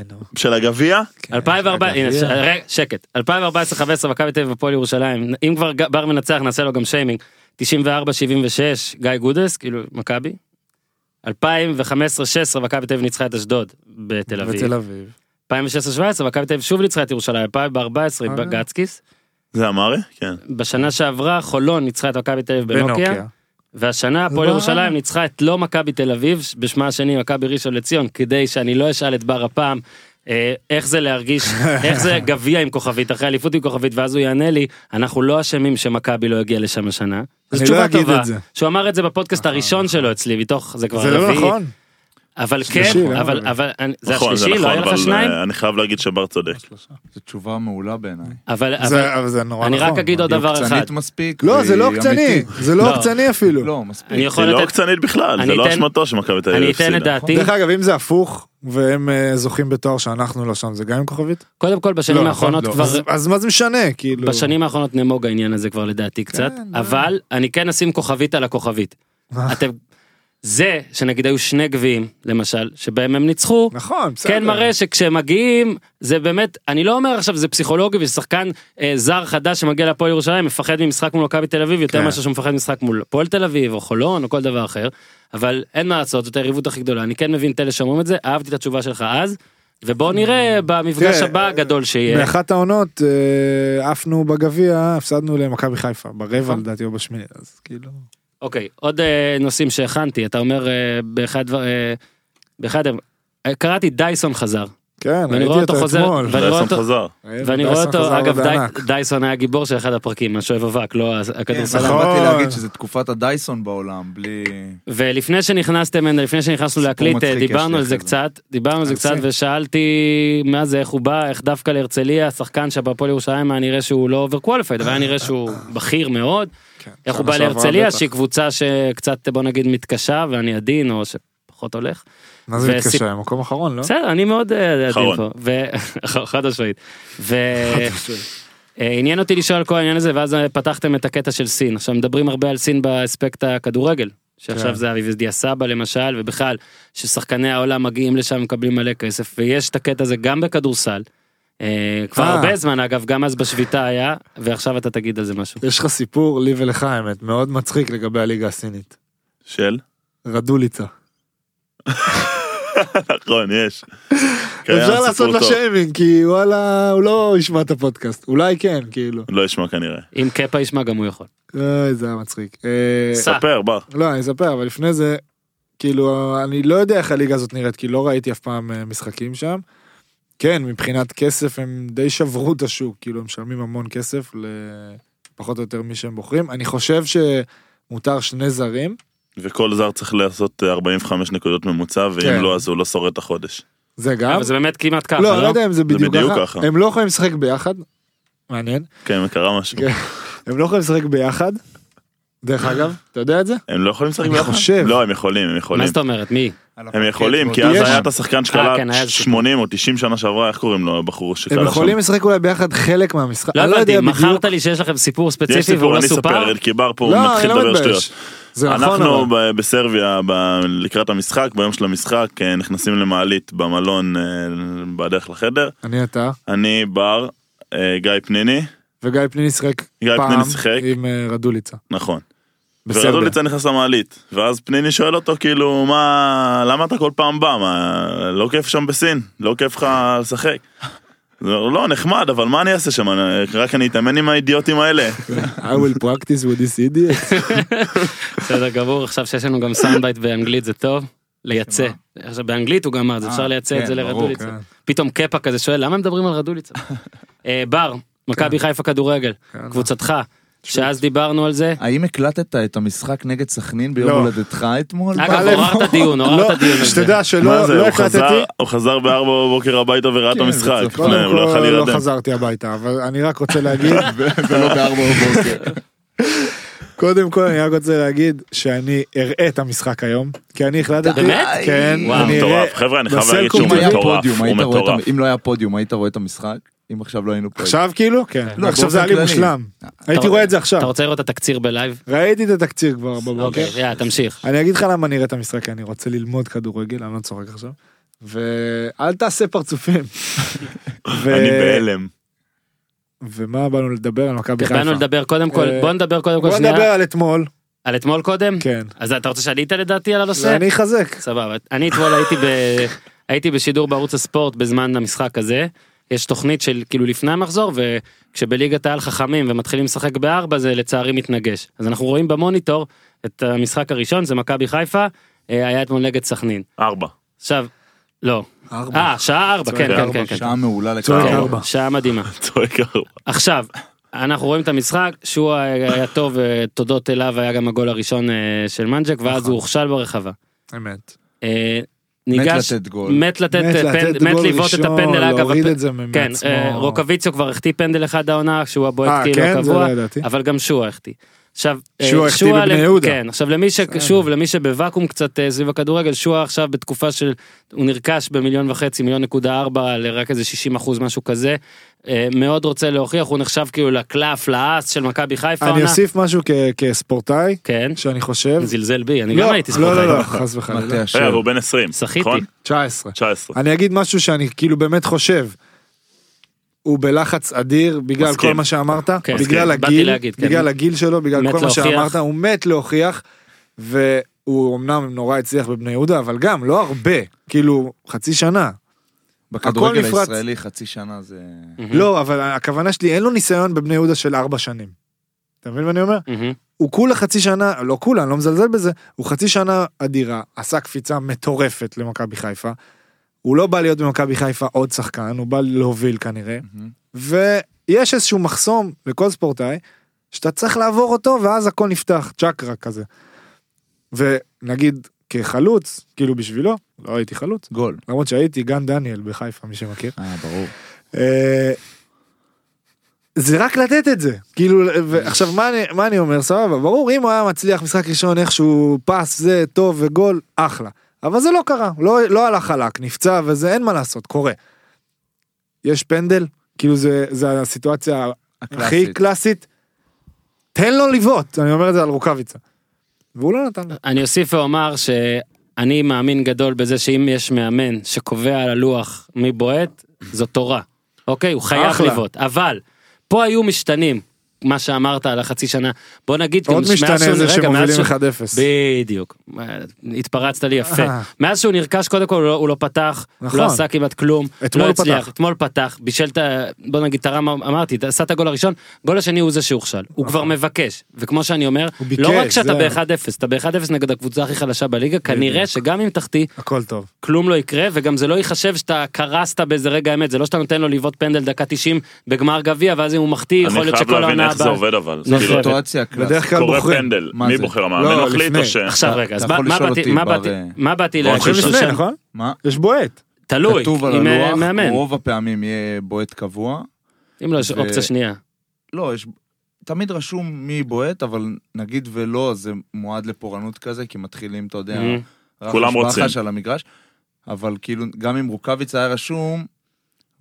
של הגביע? אלפיים וארבע עשרה, שקט. אלפיים וארבע עשרה חמש עשרה מכבי תל אביב הפועל ירושלים. אם כבר בר מנצח, נעשה לו גם שיימינג. תשעים וארבע שבעים ושש, גיא גודס, כאילו, מכבי. אלפיים וחמש עשרה שש עשרה מכבי תל אביב ניצחה את אשדוד בתל אביב. בתל אביב. אלפיים ושש עשרה שבע עשרה מכבי תל אביב שוב ניצחה את ירושלים. אלפיים וארבע עשרה בגצקיס. זה אמרי? כן. בשנה שעברה חולון ניצחה את מכבי תל אביב בנוקיה. והשנה הפועל ירושלים ניצחה את לא מכבי תל אביב, בשמה השני מכבי ראשון לציון, כדי שאני לא אשאל את בר הפעם, איך זה להרגיש, איך זה גביע עם כוכבית, אחרי אליפות עם כוכבית, ואז הוא יענה לי, אנחנו לא אשמים שמכבי לא הגיע לשם השנה. זו תשובה טובה. שהוא אמר את זה בפודקאסט הראשון שלו אצלי, מתוך, זה כבר רביעי. זה לא נכון. אבל כן, אבל, אבל, זה השלישי, לא היה לך שניים? אני חייב להגיד שבר צודק. זו תשובה מעולה בעיניי. אבל, אני רק אגיד עוד דבר אחד. קצנית מספיק. לא, זה לא קצני, זה לא קצני אפילו. לא, מספיק. זה לא קצנית בכלל, זה לא אשמתו שמכבי תל אביב הפסידה. אני אתן את דעתי. דרך אגב, אם זה הפוך, והם זוכים בתואר שאנחנו לא שם, זה גם עם כוכבית? קודם כל, בשנים האחרונות כבר... אז מה זה משנה, כאילו? בשנים האחרונות נמוג העניין הזה כבר לדעתי קצת, אבל אני כן אשים כוכבית על הכוכבית. אתם... זה שנגיד היו שני גביעים למשל שבהם הם ניצחו, נכון, בסדר. כן מראה שכשהם מגיעים זה באמת, אני לא אומר עכשיו זה פסיכולוגי ושחקן אה, זר חדש שמגיע לפועל ירושלים מפחד ממשחק מול מכבי תל אביב יותר כן. מאשר שהוא מפחד ממשחק מול פועל תל אביב או חולון או כל דבר אחר, אבל אין מה לעשות, זאת היריבות הכי גדולה, אני כן מבין את אלה שאומרים את זה, אהבתי את התשובה שלך אז, ובואו נראה במפגש הבא הגדול שיהיה. באחת העונות עפנו בגביע, הפסדנו למכבי חיפה ברבע לדעתי או בשמיני, אז כאילו אוקיי, עוד נושאים שהכנתי, אתה אומר באחד, באחד, קראתי דייסון חזר. כן, ראיתי אותו אתמול. דייסון חזר. ואני רואה אותו, אגב דייסון היה גיבור של אחד הפרקים, השואב אבק, לא הכדורסל. באתי להגיד שזה תקופת הדייסון בעולם, בלי... ולפני שנכנסתם, לפני שנכנסנו להקליט, דיברנו על זה קצת, דיברנו על זה קצת, ושאלתי מה זה, איך הוא בא, איך דווקא להרצליה, השחקן שבפועל ירושלים, היה נראה שהוא לא אוברקואליפייד, אבל היה נראה שהוא בכיר מאוד. איך הוא בא להרצליה, שהיא קבוצה שקצת, בוא נגיד, מתקשה, ואני עדין, או שפחות הולך. מה זה מתקשה? מקום אחרון, לא? בסדר, אני מאוד עדין פה. חד משמעית. ועניין אותי לשאול על כל העניין הזה, ואז פתחתם את הקטע של סין. עכשיו מדברים הרבה על סין באספקט הכדורגל, שעכשיו זה אביב דיה סבא למשל, ובכלל, ששחקני העולם מגיעים לשם, מקבלים מלא כסף, ויש את הקטע הזה גם בכדורסל, כבר הרבה זמן אגב, גם אז בשביתה היה, ועכשיו אתה תגיד על זה משהו. יש לך סיפור, לי ולך האמת, מאוד מצחיק לגבי הליגה הסינית. של? רדוליצה. נכון, יש. אפשר לעשות לה שיימינג, כי וואלה, הוא לא ישמע את הפודקאסט. אולי כן, כאילו. לא ישמע כנראה. אם קפה ישמע, גם הוא יכול. זה היה מצחיק. ספר, בא. לא, אני אספר, אבל לפני זה, כאילו, אני לא יודע איך הליגה הזאת נראית, כי לא ראיתי אף פעם משחקים שם. כן, מבחינת כסף הם די שברו את השוק, כאילו הם משלמים המון כסף לפחות או יותר מי שהם בוחרים. אני חושב שמותר שני זרים. וכל זר צריך לעשות ארבעים וחמש נקודות ממוצע, ואם לא אז הוא לא שורד את החודש. זה גם. אבל זה באמת כמעט ככה, לא? לא, לא יודע אם זה בדיוק ככה. הם לא יכולים לשחק ביחד. מעניין. כן, קרה משהו. הם לא יכולים לשחק ביחד. דרך אגב, אתה יודע את זה? הם לא יכולים לשחק ביחד? אני חושב. לא, הם יכולים, הם יכולים. מה זאת אומרת, מי? הם יכולים, כי אז היה את השחקן שקלה שמונים או תשעים שנה שעברה, איך קוראים לו, הבחור שקלה שם? הם יכולים לשחק אולי ביחד חלק מהמשחק. לא הבנתי, מכרת לי שיש לכם סיפור ספציפי והוא לא סופר? אני אספר, כי בר פה מתחיל לדבר שטויות. אנחנו בסרביה לקראת המשחק, ביום של המשחק נכנסים למעלית במלון בדרך לחדר. אני אתה. אני בר, גיא פניני. וגיא פניני שחק פעם עם רדוליצה. נכון. ורדוליצה נכנס למעלית, ואז פניני שואל אותו כאילו, מה, למה אתה כל פעם בא? מה, לא כיף שם בסין? לא כיף לך לשחק? לא, נחמד, אבל מה אני אעשה שם? רק אני אתאמן עם האידיוטים האלה. I will practice with this idiot. בסדר גמור, עכשיו שיש לנו גם סאונדבייט באנגלית זה טוב, לייצא. עכשיו באנגלית הוא גם אמר, אפשר לייצא את זה לרדוליצה. פתאום קפה כזה שואל, למה הם מדברים על רדוליצה? בר, מכבי חיפה כדורגל, קבוצתך. שאז דיברנו על זה. האם הקלטת את המשחק נגד סכנין ביום הולדתך אתמול? אגב, עוררת דיון, עוררת דיון על זה. שתדע שלא הקלטתי. הוא חזר בארבע בבוקר הביתה וראה את המשחק. לא חזרתי הביתה, אבל אני רק רוצה להגיד. ולא בארבע בבוקר. קודם כל אני רק רוצה להגיד שאני אראה את המשחק היום, כי אני החלטתי. באמת? כן. וואו, מטורף. חבר'ה, אני חייב להגיד שהוא מטורף. הוא מטורף. אם לא היה פודיום, היית רואה את המשחק? אם עכשיו לא היינו פה. עכשיו כאילו? כן. עכשיו זה היה לי מושלם. הייתי רואה את זה עכשיו. אתה רוצה לראות את התקציר בלייב? ראיתי את התקציר כבר בבוקר. אוקיי, יאללה, תמשיך. אני אגיד לך למה אני אראה את המשחק, אני רוצה ללמוד כדורגל, אני לא צוחק עכשיו. ואל תעשה פרצופים. אני בהלם. ומה באנו לדבר על מכבי חיפה? באנו לדבר קודם כל, בוא נדבר קודם כל שנייה. בוא נדבר על אתמול. על אתמול קודם? כן. אז אתה רוצה שאני אתן לדעתי על הנושא? אני אחזק. סבבה. אני אתמול הייתי בשידור בערוץ הספורט בזמן המשחק הזה. יש תוכנית של כאילו לפני המחזור, וכשבליגת העל חכמים ומתחילים לשחק בארבע, זה לצערי מתנגש. אז אנחנו רואים במוניטור את המשחק הראשון, זה מכבי חיפה, היה אתמול נגד סכנין. ארבע. עכשיו, לא. אה, שעה ארבע, כן, כן, כן, כן. שעה מעולה לקרוא. שעה מדהימה. צועק ארבע. עכשיו, אנחנו רואים את המשחק, שהוא היה טוב, תודות אליו היה גם הגול הראשון של מנג'ק, ואז הוא הוכשל ברחבה. אמת. ניגש, מת לתת, מת לבעוט את הפנדל, אגב, כן, רוקוויציו כבר החטיא פנדל אחד העונה, שהוא הבועט כאילו הקבוע, אבל גם שועה החטיא. עכשיו, שועה החטיא בבני יהודה. כן, עכשיו למי ששוב, למי שבוואקום קצת סביב הכדורגל, שועה עכשיו בתקופה של, הוא נרכש במיליון וחצי, מיליון נקודה ארבע, לרק איזה שישים אחוז משהו כזה, מאוד רוצה להוכיח, הוא נחשב כאילו לקלף, לאס של מכבי חיפה. אני אוסיף משהו כספורטאי, שאני חושב. זלזל בי, אני גם הייתי ספורטאי. לא, לא, לא, חס וחלילה. הוא בן עשרים, נכון? תשע עשרה. אני אגיד משהו שאני כאילו באמת חושב, הוא בלחץ אדיר, בגלל כל מה שאמרת, בגלל הגיל, בגלל הגיל שלו, בגלל כל מה שאמרת, הוא מת להוכיח, והוא אמנם נורא הצליח בבני יהודה, אבל גם לא הרבה, כאילו חצי שנה. בכדורגל הישראלי חצי שנה זה... לא, אבל הכוונה שלי, אין לו ניסיון בבני יהודה של ארבע שנים. אתה מבין מה אני אומר? הוא כולה חצי שנה, לא כולה, אני לא מזלזל בזה, הוא חצי שנה אדירה, עשה קפיצה מטורפת למכבי חיפה, הוא לא בא להיות במכבי חיפה עוד שחקן, הוא בא להוביל כנראה, ויש איזשהו מחסום לכל ספורטאי, שאתה צריך לעבור אותו, ואז הכל נפתח, צ'קרה כזה. ונגיד, כחלוץ, כאילו בשבילו, לא הייתי חלוץ. גול. למרות שהייתי גן דניאל בחיפה, מי שמכיר. אה, ברור. זה רק לתת את זה. כאילו, עכשיו, מה אני, מה אני אומר? סבבה, ברור, אם הוא היה מצליח משחק ראשון, איכשהו פס, זה טוב וגול, אחלה. אבל זה לא קרה, לא, לא הלך חלק, נפצע, וזה אין מה לעשות, קורה. יש פנדל, כאילו זה, זה הסיטואציה הקלאסית. הכי קלאסית. תן לו לבעוט, אני אומר את זה על רוקוויצה. והוא לא נתן. אני אוסיף ואומר שאני מאמין גדול בזה שאם יש מאמן שקובע על הלוח מי בועט, זו תורה. אוקיי? הוא חייך לבעוט. אבל, פה היו משתנים, מה שאמרת על החצי שנה. בוא נגיד... עוד משתנה זה שמובילים אחד אפס. בדיוק. התפרצת לי יפה. מאז שהוא נרכש, קודם כל הוא לא פתח, לא עשה כמעט כלום, לא הצליח. אתמול פתח, בישלת, בוא נגיד, תרם, אמרתי, עשה את הגול הראשון, גול השני הוא זה שהוכשל. הוא כבר מבקש. וכמו שאני אומר, לא רק שאתה ב-אחד אפס, אתה ב-אחד אפס נגד הקבוצה הכי חלשה בליגה, כנראה שגם אם תחתי, הכל טוב. כלום לא יקרה, וגם זה לא ייחשב שאתה קרסת באיזה רגע האמת, זה לא שאתה נותן לו לבעוט פנדל דקה תשעים בגמר גביע, ואז אם הוא מחטיא, יכול להיות שכל העונה איך זה עובד אבל, זה סיטואציה בדרך כלל בוחרים. מי בוחר? המאמן מחליט או ש... עכשיו רגע, אז מה באתי להגיד? נכון? יש בועט. תלוי, כתוב על הלוח, רוב הפעמים יהיה בועט קבוע. אם לא, יש אופציה שנייה. לא, יש... תמיד רשום מי בועט, אבל נגיד ולא, זה מועד לפורענות כזה, כי מתחילים, אתה יודע, כולם רוצים. על המגרש, אבל כאילו, גם אם רוקוויצה היה רשום,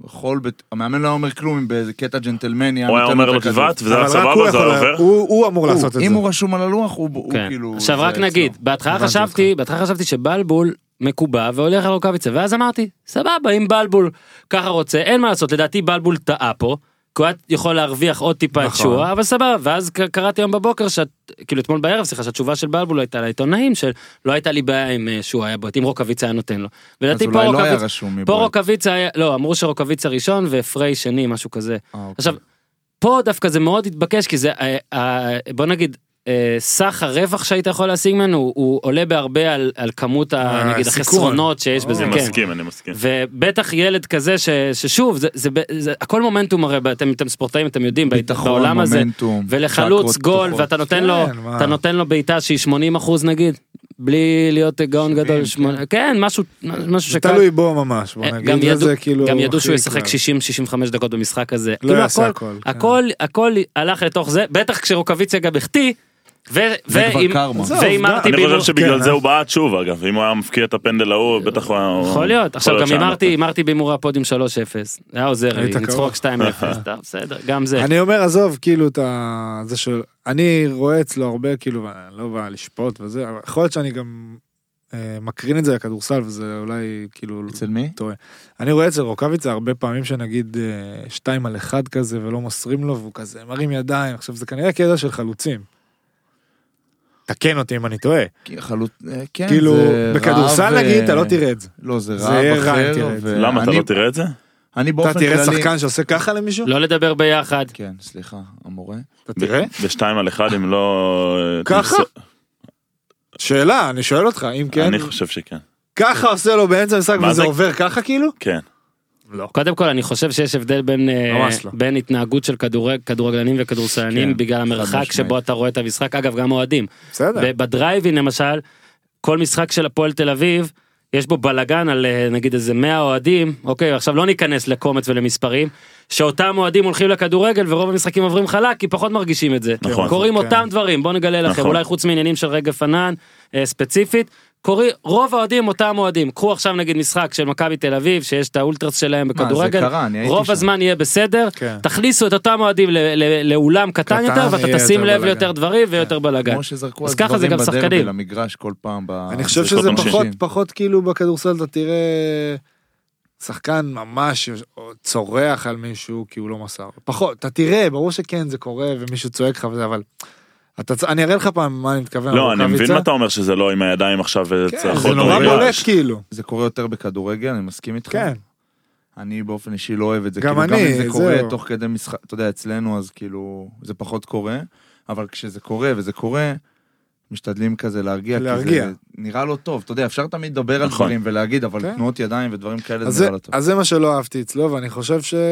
יכול, המאמן לא אומר כלום אם באיזה קטע ג'נטלמני. הוא היה אומר לו תבט, וזה היה סבבה, זה עובר. הוא אמור לעשות את זה. אם הוא רשום על הלוח, הוא כאילו... עכשיו רק נגיד, בהתחלה חשבתי, בהתחלה חשבתי שבלבול מקובע והולך על רוקאביצה, ואז אמרתי, סבבה, אם בלבול ככה רוצה, אין מה לעשות, לדעתי בלבול טעה פה, כי הוא יכול להרוויח עוד טיפה את שואה, אבל סבבה, ואז קראתי היום בבוקר, כאילו אתמול בערב, סליחה, שהתשובה של בלבול הייתה לעיתונאים, שלא הייתה לי בעיה עם שואה היה בועט, אם רוקאביצה היה נותן לו. אז אולי לא היה רשום מבועט. פה רוקאביצה היה, לא, אמרו שרוקאביצה ראשון ופרי שני, משהו כזה. עכשיו, פה דווקא זה מאוד התבקש, כי זה, בוא נגיד, סך הרווח שהיית יכול להשיג ממנו, הוא עולה בהרבה על, על כמות ה, נגיד, החסרונות שיש בזה, אני כן. מסכים, אני מסכים. ובטח ילד כזה ש, ששוב, זה, זה, זה, הכל מומנטום הרי, אתם, אתם ספורטאים, אתם יודעים, ביטחון, בעולם הזה, מומנטום, ולחלוץ גול, פתוחות. ואתה נותן כן, לו, מה? אתה נותן לו בעיטה שהיא שמונים אחוז נגיד, בלי להיות גאון גדול, שמונה, כן. כן, משהו, משהו שקל. תלוי בו ממש, בוא נגיד, גם ידעו, זה כאילו... גם ידעו שהוא ישחק שישים שישים וחמש דקות במשחק הזה. לא כאילו יעשה הכל, הכל, הכל, הכל הלך לתוך זה, בטח כשרוקאביצה גם החטיא, כבר קרמה. אני חושב שבגלל זה הוא בעט שוב אגב, אם הוא היה מפקיע את הפנדל ההוא, בטח הוא היה... יכול להיות, עכשיו גם אמרתי בימורי הפודיום שלוש אפס, היה עוזר לי, ניצחו רק שתיים אפס, בסדר, גם זה. אני אומר עזוב, כאילו, זה של... אני רואה אצלו הרבה, כאילו, לא בא לשפוט וזה, אבל יכול להיות שאני גם מקרין את זה לכדורסל, וזה אולי כאילו... אצל מי? טועה. אני רואה אצל רוקאביצה הרבה פעמים שנגיד שתיים על אחד כזה, ולא מוסרים לו, והוא כזה מרים ידיים, עכשיו זה כנראה קטע של חלוצים. תקן אותי אם אני טועה. כאילו, בכדורסל נגיד, אתה לא תראה את זה. לא, זה רעב אחר. למה, אתה לא תראה את זה? אני באופן אתה כללי... תראה שחקן שעושה ככה למישהו? לא לדבר ביחד. כן, סליחה, המורה. אתה תראה? בשתיים על אחד, אם לא... ככה? שאלה, אני שואל אותך, אם כן... אני חושב שכן. ככה עושה לו באמצע המשחק וזה עובר ככה כאילו? כן. לא. קודם כל אני חושב שיש הבדל בין, לא. בין התנהגות של כדור, כדורגלנים וכדורסלנים כן, בגלל המרחק שבו אתה רואה את המשחק, אגב גם אוהדים. בסדר. בדרייבין למשל, כל משחק של הפועל תל אביב, יש בו בלגן על נגיד איזה מאה אוהדים, אוקיי, עכשיו לא ניכנס לקומץ ולמספרים, שאותם אוהדים הולכים לכדורגל ורוב המשחקים עוברים חלק, כי פחות מרגישים את זה. נכון. קוראים כן. אותם דברים, בוא נגלה לכם, נכון. אולי חוץ מעניינים של רגע פנן, אה, ספציפית, קורי, רוב האוהדים אותם אוהדים, קחו עכשיו נגיד משחק של מכבי תל אביב, שיש את האולטרס שלהם בכדורגל, קרה, רוב שם. הזמן יהיה בסדר, כן. תכניסו את אותם אוהדים לאולם קטן, קטן יותר, ואתה תשים לב ליותר דברים ויותר כן. בלגן. כמו שזרקו אז ככה זה גם שחקנים. למגרש כל פעם. אני חושב שזה פחות, פחות כאילו בכדורסל, אתה תראה שחקן ממש צורח על מישהו כי הוא לא מסר. פחות, אתה תראה, ברור שכן זה קורה ומישהו צועק לך וזה, אבל... אני אראה לך פעם מה אני מתכוון. לא, אני מבין מה אתה אומר שזה לא עם הידיים עכשיו. כן, זה נורא בולט כאילו. זה קורה יותר בכדורגל, אני מסכים איתך. כן. אני באופן אישי לא אוהב את זה. גם כאילו, אני, גם אם זה קורה זהו. תוך כדי משחק, אתה יודע, אצלנו אז כאילו, זה פחות קורה, אבל כשזה קורה וזה קורה, משתדלים כזה להרגיע, להרגיע. כי זה נראה לא טוב. אתה יודע, אפשר תמיד לדבר על דברים ולהגיד, אבל כן. תנועות ידיים ודברים כאלה אז זה זה, נראה לא טוב. אז זה מה שלא אהבתי אצלו, ואני חושב ש...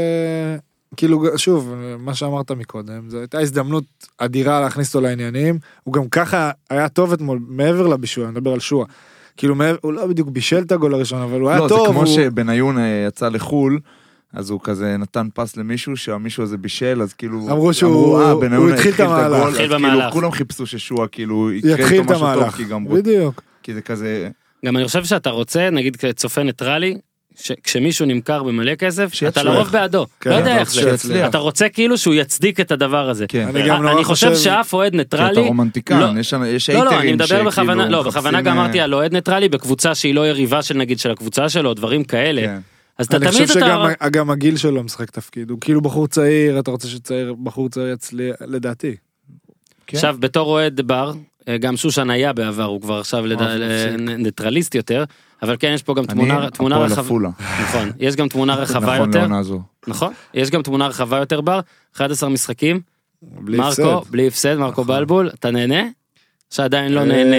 כאילו, שוב, מה שאמרת מקודם, זו הייתה הזדמנות אדירה להכניס אותו לעניינים, הוא גם ככה היה טוב אתמול, מעבר לבישול, אני מדבר על שואה, כאילו, הוא לא בדיוק בישל את הגול הראשון, אבל הוא היה לא, טוב. זה כמו הוא... שבניון יצא לחול, אז הוא כזה נתן פס למישהו, שהמישהו הזה בישל, אז כאילו... אמרו שהוא אמרו, אה, הוא התחיל את המהלך. אז כאילו, כולם חיפשו ששואה, כאילו, יתחיל את המהלך, בדיוק. כי זה כזה... גם אני חושב שאתה רוצה, נגיד כצופה ניטרלי, כשמישהו נמכר במלא כסף, אתה לרוב בעדו, לא יודע איך זה, אתה רוצה כאילו שהוא יצדיק את הדבר הזה. אני חושב שאף אוהד ניטרלי, שאתה רומנטיקן, יש לא, לא, אני מדבר בכוונה, לא, בכוונה גם אמרתי על אוהד ניטרלי, בקבוצה שהיא לא יריבה של נגיד של הקבוצה שלו, דברים כאלה, אז אתה תמיד אתה... אני חושב שגם הגיל שלו משחק תפקיד, הוא כאילו בחור צעיר, אתה רוצה שצעיר, בחור צעיר יצליח, לדעתי. עכשיו, בתור אוהד בר, גם שושן היה בעבר, הוא כבר עכשיו ניטרליסט יותר, אבל כן, יש פה גם תמונה, תמונה רחבה, נכון, יש גם תמונה רחבה יותר, נכון, יש גם תמונה רחבה יותר בר, אחד עשר משחקים, מרקו, בלי הפסד, מרקו בלבול, אתה נהנה? שעדיין לא נהנה.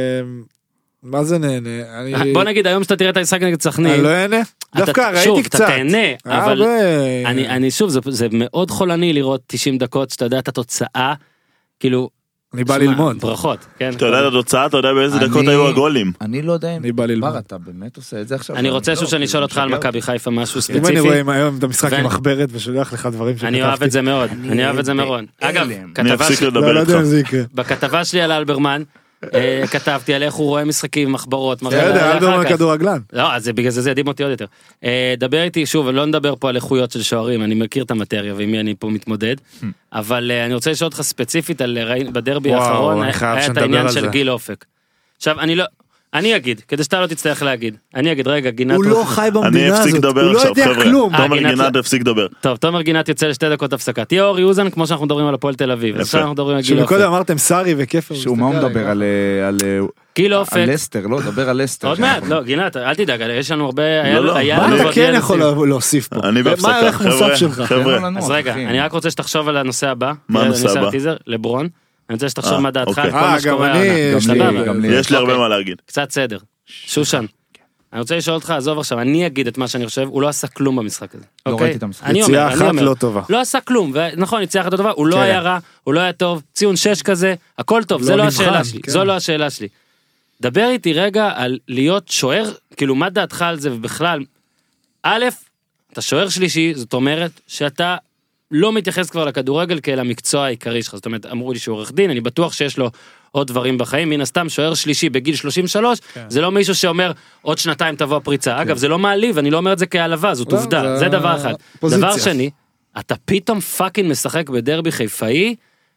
מה זה נהנה? בוא נגיד, היום שאתה תראה את המשחק נגד סכנין, אני לא נהנה? דווקא ראיתי קצת. שוב, אתה תהנה, אבל אני שוב, זה מאוד חולני לראות תשעים דקות, שאתה יודע את התוצאה, כאילו, אני בא ללמוד. ברכות, כן. אתה יודע את התוצאה, אתה יודע באיזה דקות היו הגולים. אני לא יודע אם... אני בא ללמוד. אתה באמת עושה את זה עכשיו? אני רוצה שוב שאני אשאל אותך על מכבי חיפה משהו ספציפי. אם אני רואה היום את המשחק עם מחברת ושולח לך דברים שכתבתי. אני אוהב את זה מאוד, אני אוהב את זה מאוד. אגב, אני אפסיק לדבר איתך. בכתבה שלי על אלברמן, כתבתי על איך הוא רואה משחקים, מחברות. בסדר, אל דבר כדורגלן. לא, אז בגלל זה זה ידעים אותי עוד יותר. דבר איתי, שוב, לא נדבר פה על איכויות של שוערים, אני מכיר את המטריה, ועם מי אני פה מתמודד, אבל אני רוצה לשאול אותך ספציפית על בדרבי האחרון, היה את העניין של גיל אופק. עכשיו, אני לא... אני אגיד, כדי שאתה לא תצטרך להגיד. אני אגיד, רגע, גינת... הוא לא חי במדינה הזאת, הוא לא יודע כלום. תומר גינת הפסיק לדבר. טוב, תומר גינת יוצא לשתי דקות הפסקה. תהיה אורי אוזן, כמו שאנחנו מדברים על הפועל תל אביב. עכשיו אנחנו מדברים על גיל אופק. שקודם אמרתם סארי וכפר. שהוא מה הוא מדבר על... גיל אופק. על לסטר, לא, דבר על לסטר. עוד מעט, לא, גינת, אל תדאג, יש לנו הרבה... מה אתה כן יכול להוסיף פה? אני בהפסקה, חבר'ה. אז רגע, אני רק רוצה שתחשוב על הנושא הבא. מה הנושא הבא? לברון. אני רוצה שתחשוב מה דעתך על כל מה שקורה. יש לי הרבה מה להגיד. קצת סדר. שושן, אני רוצה לשאול אותך, עזוב עכשיו, אני אגיד את מה שאני חושב, הוא לא עשה כלום במשחק הזה. לא ראיתי את המשחק. יציאה אחת לא טובה. לא עשה כלום, נכון, יציאה אחת לא טובה, הוא לא היה רע, הוא לא היה טוב, ציון שש כזה, הכל טוב, זה לא השאלה שלי, זו לא השאלה שלי. דבר איתי רגע על להיות שוער, כאילו מה דעתך על זה ובכלל, א', אתה שוער שלישי, זאת אומרת שאתה לא מתייחס כבר לכדורגל כאל המקצוע העיקרי שלך, זאת אומרת, אמרו לי שהוא עורך דין, אני בטוח שיש לו עוד דברים בחיים, מן הסתם שוער שלישי בגיל שלושים ושלוש, זה לא מישהו שאומר עוד שנתיים תבוא הפריצה, אגב זה לא מעליב, אני לא אומר את זה כהעלבה, זאת עובדה, זה דבר אחד. דבר שני, אתה פתאום פאקינג משחק בדרבי חיפאי,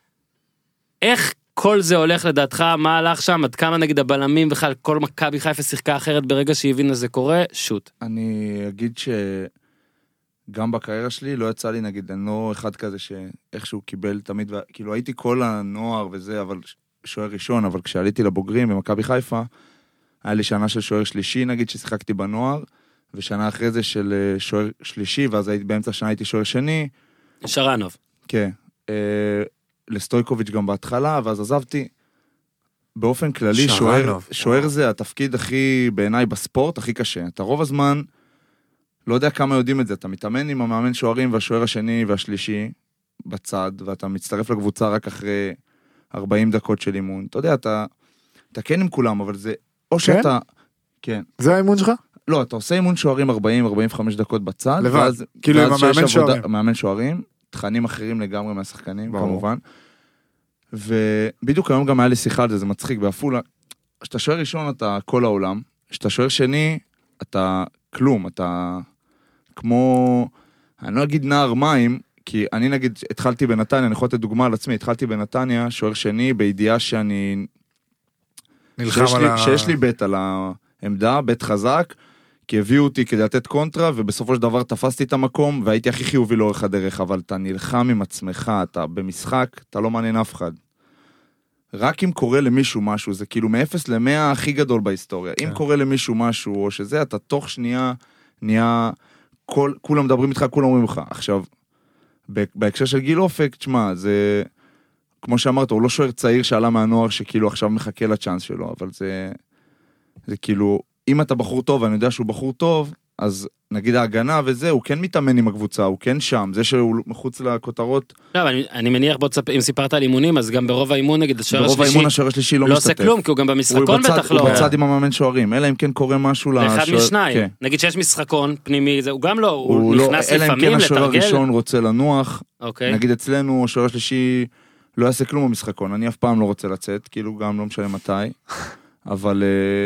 איך כל זה הולך לדעתך, מה הלך שם, עד כמה נגיד הבלמים בכלל, כל מכבי חיפה שיחקה אחרת ברגע שהבין לזה קורה, שוט. אני אגיד ש... גם בקריירה שלי לא יצא לי נגיד, אני לא אחד כזה שאיכשהו קיבל תמיד, כאילו הייתי כל הנוער וזה, אבל שוער ראשון, אבל כשעליתי לבוגרים במכבי חיפה, היה לי שנה של שוער שלישי נגיד ששיחקתי בנוער, ושנה אחרי זה של שוער שלישי, ואז הייתי באמצע שנה הייתי שוער שני. שרנוב. כן. אה, לסטויקוביץ' גם בהתחלה, ואז עזבתי. באופן כללי, שוער, שוער זה התפקיד הכי, בעיניי בספורט, הכי קשה. אתה רוב הזמן... לא יודע כמה יודעים את זה, אתה מתאמן עם המאמן שוערים והשוער השני והשלישי בצד, ואתה מצטרף לקבוצה רק אחרי ארבעים דקות של אימון. אתה יודע, אתה, אתה כן עם כולם, אבל זה, או שאתה, כן. זה האימון שלך? לא, אתה עושה אימון שוערים ארבעים ארבעים וחמש דקות בצד, לבד, ואז, כאילו ואז עם המאמן שוערים. המאמן שוערים, תכנים אחרים לגמרי מהשחקנים, ברור. כמובן. ובדיוק היום גם היה לי שיחה על זה, זה מצחיק, באפולה, כשאתה שוער ראשון אתה כל העולם, כשאתה שוער שני, אתה כלום, אתה... כמו, אני לא אגיד נער מים, כי אני נגיד, התחלתי בנתניה, אני יכול לתת דוגמה על עצמי, התחלתי בנתניה, שוער שני, בידיעה שאני... נלחם על ה... שיש לי בית על העמדה, בית חזק, כי הביאו אותי כדי לתת קונטרה, ובסופו של דבר תפסתי את המקום, והייתי הכי חיובי לאורך הדרך, אבל אתה נלחם עם עצמך, אתה במשחק, אתה לא מעניין אף אחד. רק אם קורה למישהו משהו, זה כאילו מאפס למאה הכי גדול בהיסטוריה. אם קורה למישהו משהו, או שזה, אתה תוך שנייה נהיה... כל, כולם מדברים איתך, כולם אומרים לך. עכשיו, בהקשר של גיל אופק, תשמע, זה, כמו שאמרת, הוא לא שוער צעיר שעלה מהנוער, שכאילו עכשיו מחכה לצ'אנס שלו, אבל זה, זה כאילו, אם אתה בחור טוב, ואני יודע שהוא בחור טוב, אז נגיד ההגנה וזה, הוא כן מתאמן עם הקבוצה, הוא כן שם, זה שהוא מחוץ לכותרות. לא, אבל אני, אני מניח, בוא תספר, אם סיפרת על אימונים, אז גם ברוב האימון, נגיד, השוער השלישי, ברוב האימון השוער השלישי לא, לא משתתף. עושה כלום, כי הוא גם במשחקון בצד, בטח לא. הוא בצד עם המאמן שוערים, אלא אם כן קורה משהו לאחד לשוער... משניים. כן. נגיד שיש משחקון פנימי, זה, הוא גם לא, הוא, הוא נכנס לא, לפעמים לתרגל. אלא אם כן השוער הראשון רוצה לנוח, אוקיי. נגיד אצלנו, השוער השלישי לא יעשה כלום במשחקון, אני אף פעם לא רוצה לצאת, כאילו גם לא משנה מתי, אבל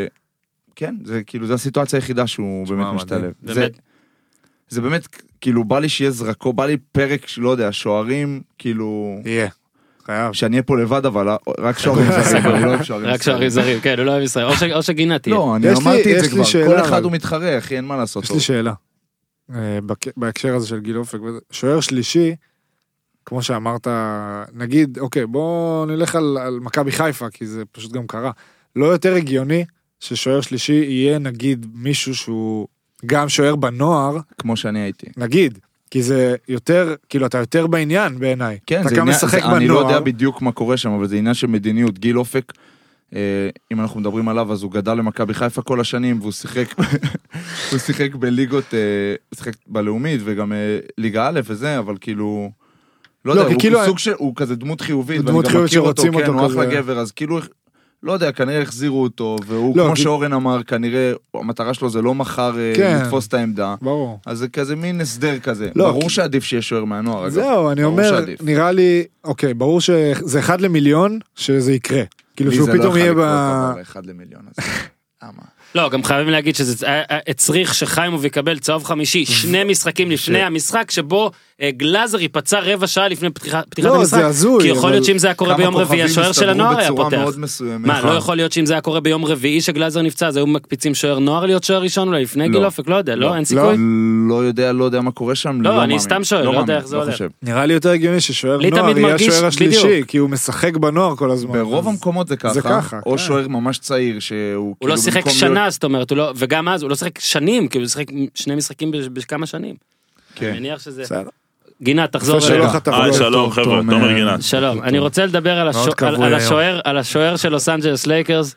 כן, זה כאילו, זה הסיטואציה היחידה שהוא באמת משתלב. זה, זה באמת, כאילו, בא לי שיהיה זרקו, בא לי פרק, לא יודע, שוערים, כאילו... יהיה, חייב. שאני אהיה פה לבד, אבל רק שוערים זרים, הוא לא אוהב שוערים זרים. רק שוערים זרים, כן, הוא לא אוהב ישראל, או שגינתי. לא, אני אמרתי את זה כבר, כל אחד הוא מתחרה, אחי, אין מה לעשות. יש לי שאלה, בהקשר הזה של גיל אופק, שוער שלישי, כמו שאמרת, נגיד, אוקיי, בוא נלך על מכבי חיפה, כי זה פשוט גם קרה. לא יותר הגיוני ששוער שלישי יהיה, נגיד, מישהו שהוא גם שוער בנוער. כמו שאני הייתי. נגיד, כי זה יותר, כאילו, אתה יותר בעניין בעיניי. כן, אתה גם משחק בנוער. אני לא יודע בדיוק מה קורה שם, אבל זה עניין של מדיניות. גיל אופק, אם אנחנו מדברים עליו, אז הוא גדל למכבי חיפה כל השנים, והוא שיחק, הוא שיחק בליגות, הוא שיחק בלאומית, וגם ליגה א' וזה, אבל כאילו, לא יודע, הוא סוג של, הוא כזה דמות חיובית, דמות חיובית שרוצים אותו, כן, הוא אחלה גבר, אז כאילו, לא יודע, כנראה החזירו אותו, והוא, כמו שאורן אמר, כנראה, המטרה שלו זה לא מחר לתפוס את העמדה. ברור. אז זה כזה מין הסדר כזה. ברור שעדיף שיהיה שוער מהנוער. זהו, אני אומר, נראה לי, אוקיי, ברור שזה אחד למיליון שזה יקרה. כאילו שהוא פתאום יהיה ב... אחד למיליון, אז... לא, גם חייבים להגיד שזה הצריך שחיימוב יקבל צהוב חמישי, שני משחקים לפני המשחק, שבו גלאזר ייפצע רבע שעה לפני פתיחת המשחק, כי יכול להיות שאם זה היה קורה ביום רביעי, השוער של הנוער היה פותח. מה, לא יכול להיות שאם זה היה קורה ביום רביעי שגלאזר נפצע, אז היו מקפיצים שוער נוער להיות שוער ראשון, אולי לפני גיל אופק, לא יודע, לא, אין סיכוי? לא יודע, לא יודע מה קורה שם. לא, אני סתם שואל, לא יודע איך זה הולך. נראה לי יותר הגיוני ששוער נוער יהיה השוער השלישי, כי הוא משחק בנוער כל הזמן. ברוב המקומות זה ככה, או שוער ממש צעיר שהוא הוא לא שיחק שנה, זאת אומרת, וגם אז הוא לא שיחק שנים, כי הוא שיחק שני משחקים בכמה שנים. אני מניח שזה... גינת, תחזור אליך. היי, שלום חבר'ה, תומר גינת. שלום, אני רוצה לדבר על השוער של לוס אנג'לס לייקרס,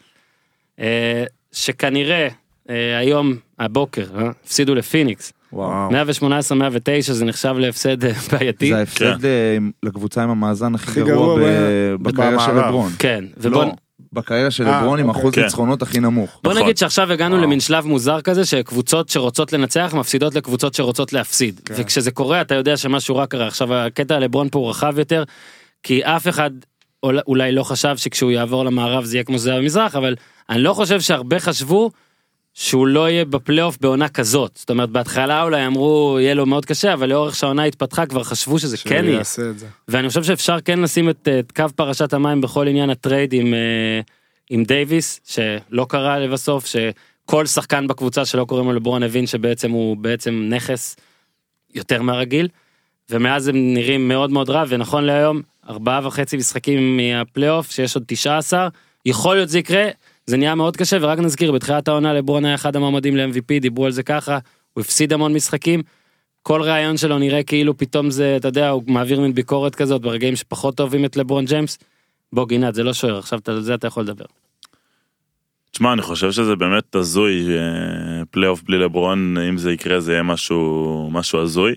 שכנראה היום, הבוקר, הפסידו לפיניקס. מאה ושמונה עשרה מאה ותשע זה נחשב להפסד בעייתי. זה ההפסד לקבוצה עם המאזן הכי גרוע בקריירה של לברון. כן, ובוא... בקריירה של לברון עם אחוז ניצחונות הכי נמוך. בוא נגיד שעכשיו הגענו למין שלב מוזר כזה, שקבוצות שרוצות לנצח מפסידות לקבוצות שרוצות להפסיד. וכשזה קורה אתה יודע שמשהו רע קרה. עכשיו הקטע לברון פה הוא רחב יותר, כי אף אחד אולי לא חשב שכשהוא יעבור למערב זה יהיה כמו זה במזרח, אבל אני לא חושב שהרבה חשבו שהוא לא יהיה בפלייאוף בעונה כזאת. זאת אומרת, בהתחלה אולי אמרו, יהיה לו מאוד קשה, אבל לאורך שהעונה התפתחה, כבר חשבו שזה כן יהיה. ואני חושב שאפשר כן לשים את, את קו פרשת המים בכל עניין הטרייד עם, עם דייביס, שלא קרה לבסוף, שכל שחקן בקבוצה שלא קוראים לו לברון הבין שבעצם הוא בעצם נכס יותר מהרגיל, ומאז הם נראים מאוד מאוד רע, ונכון להיום, ארבעה וחצי משחקים מהפלייאוף, שיש עוד תשעה עשר, יכול להיות זה יקרה, זה נהיה מאוד קשה, ורק נזכיר, בתחילת העונה לברון היה אחד המועמדים ל-אם וי פי, דיברו על זה ככה, הוא הפסיד המון משחקים, כל רעיון שלו נראה כאילו פתאום זה, אתה יודע, הוא מעביר מן ביקורת כזאת, ברגעים שפחות טובים את לברון ג'יימס, בוא גינת, זה לא שוער, עכשיו על זה אתה יכול לדבר. תשמע, אני חושב שזה באמת הזוי, פלייאוף בלי לברון, אם זה יקרה זה יהיה משהו, משהו הזוי,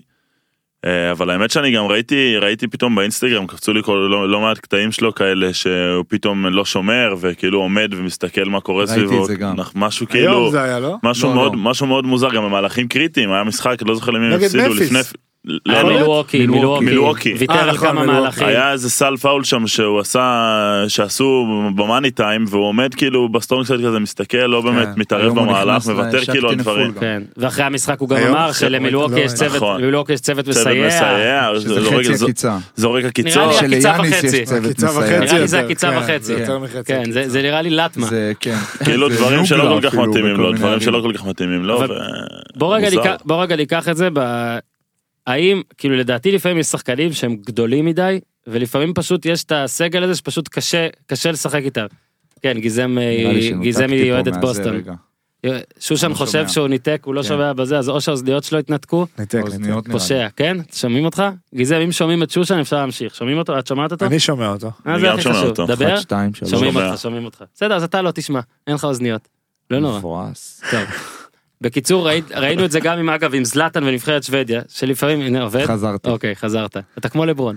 אבל האמת שאני גם ראיתי, ראיתי פתאום באינסטגרם, קפצו לי כל, לא, לא מעט קטעים שלו כאלה, שהוא פתאום לא שומר, וכאילו עומד ומסתכל מה קורה סביבו. ראיתי את זה גם. משהו כאילו, זה היה, לא? משהו, לא, מאוד, לא. משהו מאוד מוזר, גם במהלכים קריטיים, היה משחק, לא זוכר למי הפסידו לפני... מילווקי, מילווקי, ויתר על כמה מהלכים. היה איזה סל פאול שם שהוא עשה, שעשו במאני טיים, והוא עומד כאילו בסטורנג סייד כזה, מסתכל, לא באמת מתערב במהלך, מוותר כאילו על דברים. ואחרי המשחק הוא גם אמר שלמילווקי יש צוות מסייע. זורק הקיצה. נראה לי הקיצה וחצי. הקיצה וחצי. נראה לי זה הקיצה וחצי. כן, זה נראה לי לטמה. כאילו דברים שלא כל כך מתאימים לו, דברים שלא כל כך מתאימים לו. בוא רגע ניקח את זה האם, כאילו לדעתי לפעמים יש שחקנים שהם גדולים מדי, ולפעמים פשוט יש את הסגל הזה שפשוט קשה, קשה לשחק איתם. כן, גיזם, גיזם יועדת בוסטון. שושן חושב שהוא ניתק, הוא לא שומע בזה, אז או שהאוזניות שלו התנתקו. ניתק, פושע, כן? שומעים אותך? גיזם, אם שומעים את שושן אפשר להמשיך. שומעים אותו? את שומעת אותו? אני שומע אותו. אני גם שומע אותו. דבר? שומעים אותך, שומעים אותך. בסדר, אז אתה לא תשמע, אין לך אוזניות. לא נורא. טוב. בקיצור, ראינו את זה גם עם, אגב, עם זלטן ונבחרת שוודיה, שלפעמים, הנה, עובד? חזרתי. אוקיי, חזרת. אתה כמו לברון.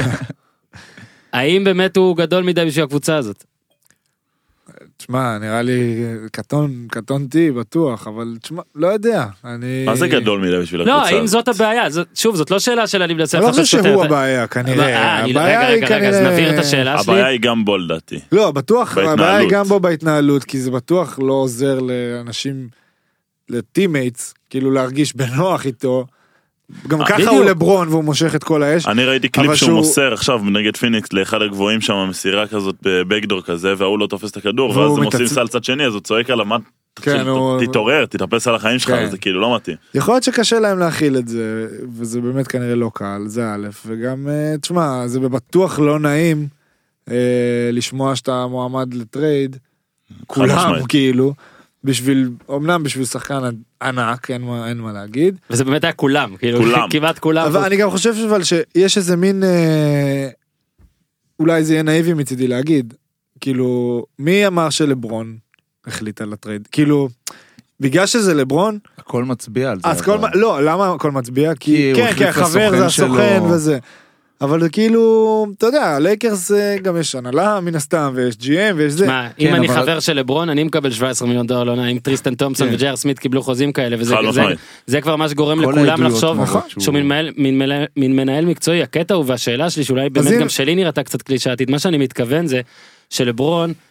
האם באמת הוא גדול מדי בשביל הקבוצה הזאת? תשמע, נראה לי קטון, קטונתי, בטוח, אבל תשמע, לא יודע. מה זה גדול מדי בשביל הקבוצה הזאת? לא, האם זאת הבעיה? שוב, זאת לא שאלה של אני מנסה... אני לא חושב שהוא הבעיה, כנראה. רגע, רגע, רגע, אז נבהיר את השאלה שלי. הבעיה היא גם בו, לדעתי. לא, בטוח, הבעיה היא גם בו בהתנהלות, כי זה בטוח לא עוזר לאנשים... לטימייטס, כאילו להרגיש בנוח איתו, גם ככה הוא לברון והוא מושך את כל האש. אני ראיתי קליפ שהוא מוסר עכשיו נגד פיניקס לאחד הגבוהים שם, מסירה כזאת בבקדור כזה, והוא לא תופס את הכדור, ואז הם עושים סל צד שני, אז הוא צועק עליו, מה, תתעורר, תתאפס על החיים שלך, זה כאילו לא מתאים. יכול להיות שקשה להם להכיל את זה, וזה באמת כנראה לא קל, זה א', וגם, תשמע, זה בטוח לא נעים לשמוע שאתה מועמד לטרייד, כולם כאילו, בשביל, אומנם בשביל שחקן ענק, אין מה, אין מה להגיד. וזה באמת היה כולם, כאילו, כולם. כמעט כולם. אבל אני גם חושב אבל שיש איזה מין, אה, אולי זה יהיה נאיבי מצידי להגיד, כאילו, מי אמר שלברון החליט על הטרייד? כאילו, בגלל שזה לברון, הכל מצביע על זה. אז כל, לא, למה הכל מצביע? כי, כן, כי החבר זה הסוכן וזה. אבל זה כאילו, אתה יודע, לייקרס גם יש הנהלה מן הסתם, ויש ג'י אם ויש זה. מה, אם אני חבר של לברון, אני מקבל שבע עשרה מיליון דולר לעונה, אם טריסטן תומפסון וג'ייר סמית קיבלו חוזים כאלה, וזה כבר מה שגורם לכולם לחשוב, שהוא מין מנהל מקצועי, הקטע הוא, והשאלה שלי, שאולי באמת גם שלי נראתה קצת קלישאתית, מה שאני מתכוון זה, שלברון,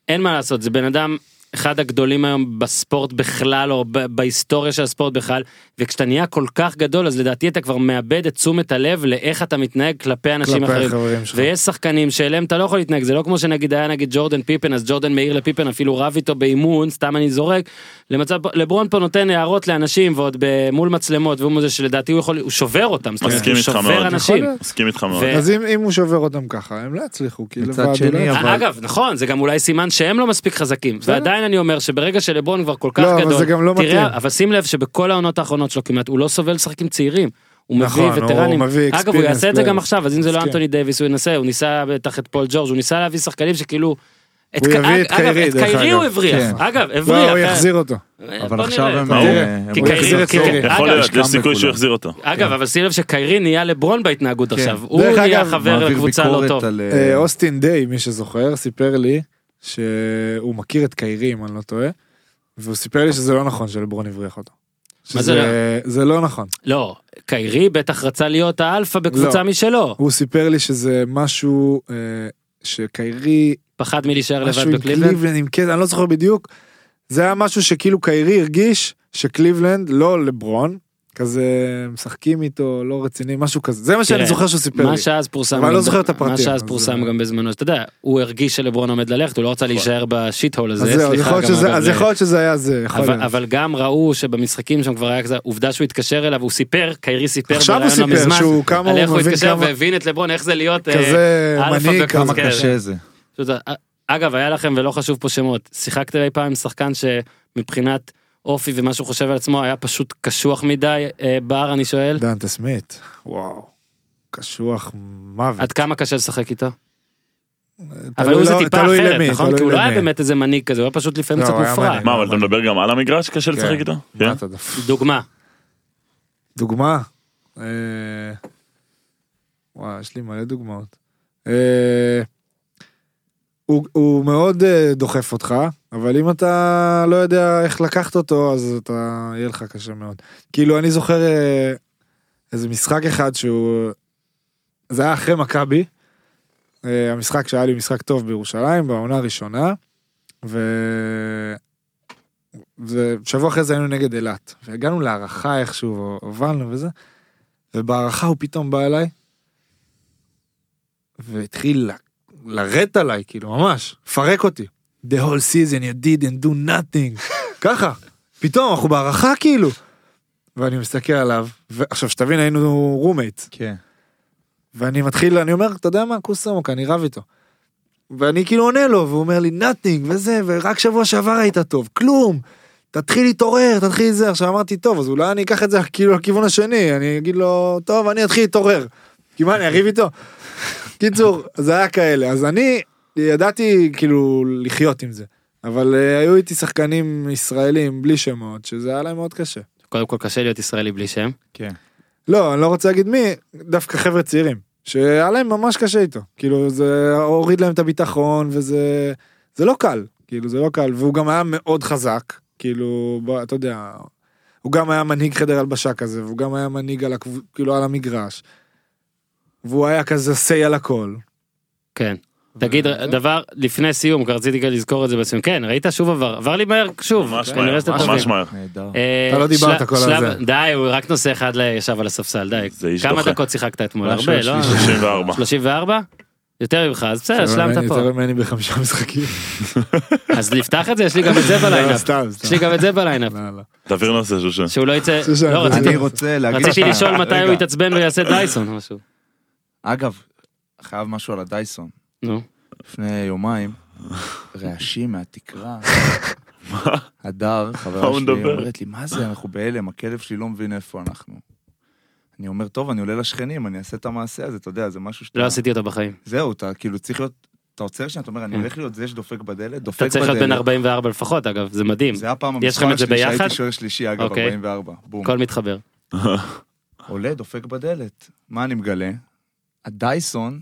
אין מה לעשות, זה בן אדם אחד הגדולים היום בספורט בכלל, או בהיסטוריה של הספורט בכלל, וכשאתה נהיה כל כך גדול, אז לדעתי אתה כבר מאבד את תשומת הלב לאיך אתה מתנהג כלפי אנשים אחרים. ויש שחקנים שאליהם אתה לא יכול להתנהג, זה לא כמו שנגיד היה נגיד ג'ורדן פיפן, אז ג'ורדן מאיר לפיפן אפילו רב איתו באימון, סתם אני זורק, למצב, לברון פה נותן הערות לאנשים, ועוד מול מצלמות, והוא מזה שלדעתי הוא יכול, הוא שובר אותם, מסכים איתך מאוד, מסכים איתך מאוד. אז אם הוא שובר אותם ככה, הם לא יצליחו, אגב, נכון, זה גם אולי סימן שהם לא מספיק חזקים, ועדיין אני אומר שברגע שלברון כבר כל כך גדול, תראה, אבל שים לב שבכל העונות האחרונות שלו כמעט, הוא לא סובל לשחקים צעירים, הוא מביא וטרנים, אגב הוא יעשה את זה גם עכשיו, אז אם זה לא אנטוני דייביס הוא ינסה, הוא ניסה תחת פול ג'ורג', הוא ניסה להביא שחקנים שכאילו, הוא יביא את קיירי, את קיירי הוא הבריח, אגב, הבריח, הוא יחזיר אותו, אבל עכשיו הם, יכול להיות, יש סיכוי שהוא יחזיר אותו, אגב, אבל שים לב שקיירי נהיה לברון בהתנהגות עכשיו, הוא נהיה חבר לקבוצה לא טוב. אוסטין דיי, מי שזוכר, סיפר לי שהוא מכיר את קיירי, אם אני לא טועה, והוא סיפר לי שזה לא נכון שלברון הבריח אותו. מה זה לא? זה לא נכון. לא, קיירי בטח רצה להיות האלפא בקבוצה משלו. הוא סיפר לי שזה משהו שקיירי... פחד מלהישאר לבד בקליבלנד? אני לא זוכר בדיוק. זה היה משהו שכאילו קיירי הרגיש שקליבלנד, לא לברון, כזה משחקים איתו, לא רציני, משהו כזה. זה מה שאני זוכר שהוא סיפר לי. מה שאז פורסם, אבל אני לא זוכר את הפרטים. מה שאז פורסם גם בזמנו, אתה יודע, הוא הרגיש שלברון עומד ללכת, הוא לא רצה להישאר בשיט הול הזה. אז יכול להיות שזה היה זה. אבל גם ראו שבמשחקים שם כבר היה כזה, עובדה שהוא התקשר אליו, הוא סיפר, קיירי סיפר, עכשיו הוא סיפר שהוא כמה הוא מבין כמה... והבין את לברון, איך זה להיות כזה מנהיג, כמה קשה זה. אגב, היה לכם ולא חשוב פה שמות, שיחקתם אי פעם עם שחקן שמבחינת אופי ומה שהוא חושב על עצמו, היה פשוט קשוח מדי, בר, אני שואל. דנטה סמית, וואו, קשוח מוות. עד כמה קשה לשחק איתו? אבל הוא זה טיפה אחרת, נכון? כי הוא לא היה באמת איזה מנהיג כזה, הוא היה פשוט לפעמים קצת מופרע. מה, אבל אתה מדבר גם על המגרש שקשה לשחק איתו? דוגמה. דוגמה? וואו, יש לי מלא דוגמאות. הוא מאוד דוחף אותך, אבל אם אתה לא יודע איך לקחת אותו, אז אתה, יהיה לך קשה מאוד. כאילו, אני זוכר איזה משחק אחד שהוא, זה היה אחרי מכבי, המשחק שהיה לי משחק טוב בירושלים, בעונה הראשונה, ו... ושבוע אחרי זה היינו נגד אילת, והגענו להערכה איכשהו, הובלנו וזה, ובהערכה הוא פתאום בא אליי, והתחיל ל... לרדת עליי, כאילו, ממש, פרק אותי. The whole season you didn't do nothing. ככה, פתאום, אנחנו בהערכה, כאילו. ואני מסתכל עליו, ועכשיו, שתבין, היינו רומייט. כן. ואני מתחיל, אני אומר, אתה יודע מה, כוס עמוק, אני רב איתו. ואני כאילו עונה לו, והוא אומר לי, nothing, וזה, ורק שבוע שעבר היית טוב, כלום. תתחיל להתעורר, תתחיל זה. עכשיו אמרתי, טוב, אז אולי אני אקח את זה כאילו לכיוון השני, אני אגיד לו, טוב, אני אתחיל להתעורר. כי מה, אני אריב איתו? קיצור, זה היה כאלה. אז אני ידעתי כאילו לחיות עם זה. אבל היו איתי שחקנים ישראלים בלי שמות, שזה היה להם מאוד קשה. קודם כל קשה להיות ישראלי בלי שם. כן. לא, אני לא רוצה להגיד מי, דווקא חבר'ה צעירים, שהיה להם ממש קשה איתו. כאילו, זה הוריד להם את הביטחון, וזה זה לא קל. כאילו, זה לא קל. והוא גם היה מאוד חזק. כאילו, בוא, אתה יודע, הוא גם היה מנהיג חדר הלבשה כזה, והוא גם היה מנהיג על, הכב... כאילו, על המגרש. והוא היה כזה סי על הכל. כן. תגיד, דבר, לפני סיום, רציתי כאן לזכור את זה בעצם, כן, ראית שוב עבר, עבר לי מהר, שוב. ממש מהר, ממש מהר. אתה לא דיברת כל הזה. די, הוא רק נושא אחד ישב על הספסל, די. כמה דקות שיחקת אתמול? הרבה, לא? שלושים וארבע. שלושים וארבע? יותר ממך, אז בסדר, שלמת פה. יותר ממני בחמישה משחקים. אז לפתח את זה, יש לי גם את זה בליינאפ. יש לי גם את זה בליינאפ. תעביר נושא, שושן. שהוא לא יצא, לא, רציתי לשאול מתי הוא יתעצבן ויעשה דייסון או משהו. אגב, חייב משהו על הדייסון. נו. לפני יומיים, רעשים מהתקרה. הדר, חברה שלי, אומרת לי, מה זה, אנחנו בהלם, הכלב שלי לא מבין איפה אנחנו. אני אומר, טוב, אני עולה לשכנים, אני אעשה את המעשה הזה, אתה יודע, זה משהו שאתה... לא עשיתי אותו בחיים. זהו, אתה כאילו צריך להיות, אתה עוצר שנייה, אתה אומר, אני הולך להיות זה שדופק בדלת, דופק בדלת. אתה צריך להיות בין ארבעים וארבע לפחות, אגב, זה מדהים. זה היה פעם המשחק שלי, שהייתי שוער שלישי, אגב, ארבעים וארבע. בום. הכל מתחבר. עולה, דופק בדלת. מה אני מגלה? הדייסון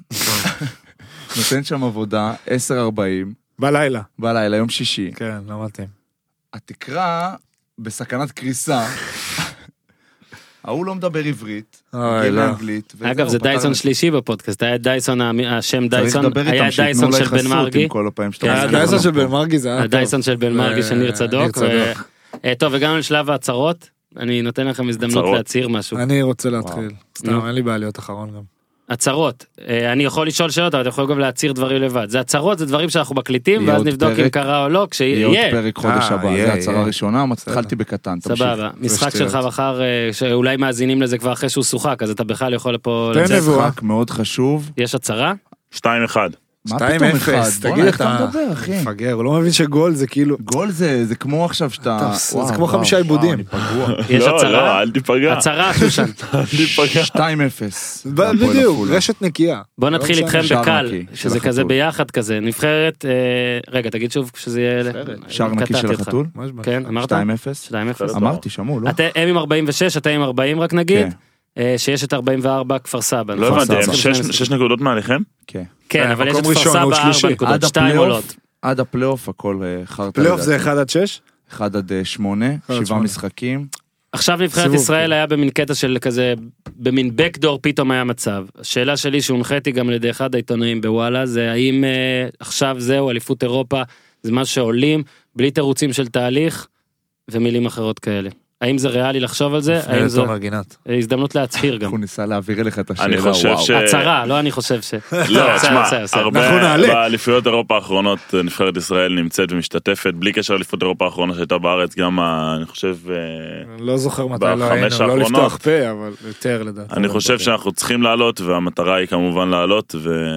נותן שם עבודה, עשר ארבעים. בלילה. בלילה, יום שישי. כן, לא מתאים. התקרה בסכנת קריסה. ההוא לא מדבר עברית, אוי, לא. באנגלית. אגב, זה דייסון שלישי בפודקאסט, היה דייסון, השם דייסון, היה דייסון של בן מרגי. דייסון של בן מרגי זה היה טוב. דייסון של בן מרגי של ניר צדוק. טוב, הגענו לשלב ההצהרות, אני נותן לכם הזדמנות להצהיר משהו. אני רוצה להתחיל, סתם, אין לי בעיה להיות אחרון גם. הצהרות, אני יכול לשאול שאלות, אבל אתה יכול גם להצהיר דברים לבד. זה הצהרות, זה דברים שאנחנו מקליטים, ואז נבדוק אם קרה או לא, כשיהיה. יהיה עוד פרק חודש הבא, זה הצהרה ראשונה, התחלתי בקטן, תמשיך. סבבה, משחק שלך מחר, שאולי מאזינים לזה כבר אחרי שהוא שוחק, אז אתה בכלל יכול פה... זה משחק מאוד חשוב. יש הצהרה? שתיים אחד. שתיים אפס, תגיד אתה מדבר, אחי. מפגר, הוא לא מבין שגול זה כאילו... גול זה, זה כמו עכשיו שאתה... זה כמו חמישה עיבודים. יש הצהרה? לא, אל תיפגע. הצהרה, שושן. שתיים אפס. בדיוק, רשת נקייה. בוא נתחיל איתכם בקל, שזה כזה ביחד כזה. נבחרת, רגע, תגיד שוב שזה יהיה... שער נקי של החתול? כן, אמרת? שתיים אפס. שתיים אפס. אמרתי, שמעו, לא? הם עם ארבעים ושש, אתה עם ארבעים רק נגיד. שיש את ארבעים וארבע כפר סבא. לא הבנתי, הם שש נקודות מעליכם? כן. כן, אבל יש את כפר סבא ארבע נקודות, שתיים עולות. עד הפלייאוף הכל חרטה. פלייאוף זה אחד עד שש? אחד עד שמונה, שבעה משחקים. עכשיו נבחרת ישראל היה במין קטע של כזה, במין בקדור פתאום היה מצב. השאלה שלי שהונחיתי גם לידי אחד העיתונאים בוואלה, זה האם עכשיו זהו, אליפות אירופה, זה מה שעולים, בלי תירוצים של תהליך, ומילים אחרות כאלה. האם זה ריאלי לחשוב על זה? האם זו הזדמנות להצהיר גם? הוא ניסה להעביר אליך את השאלה, אני חושב ש... הצהרה, לא אני חושב ש... לא, תשמע, הרבה באליפויות אירופה האחרונות נבחרת ישראל נמצאת ומשתתפת, בלי קשר לאליפות אירופה האחרונה שהייתה בארץ, גם אני חושב... לא זוכר מתי לא היינו, לא לפתוח פה, אבל יותר לדעת. אני חושב שאנחנו צריכים לעלות, והמטרה היא כמובן לעלות,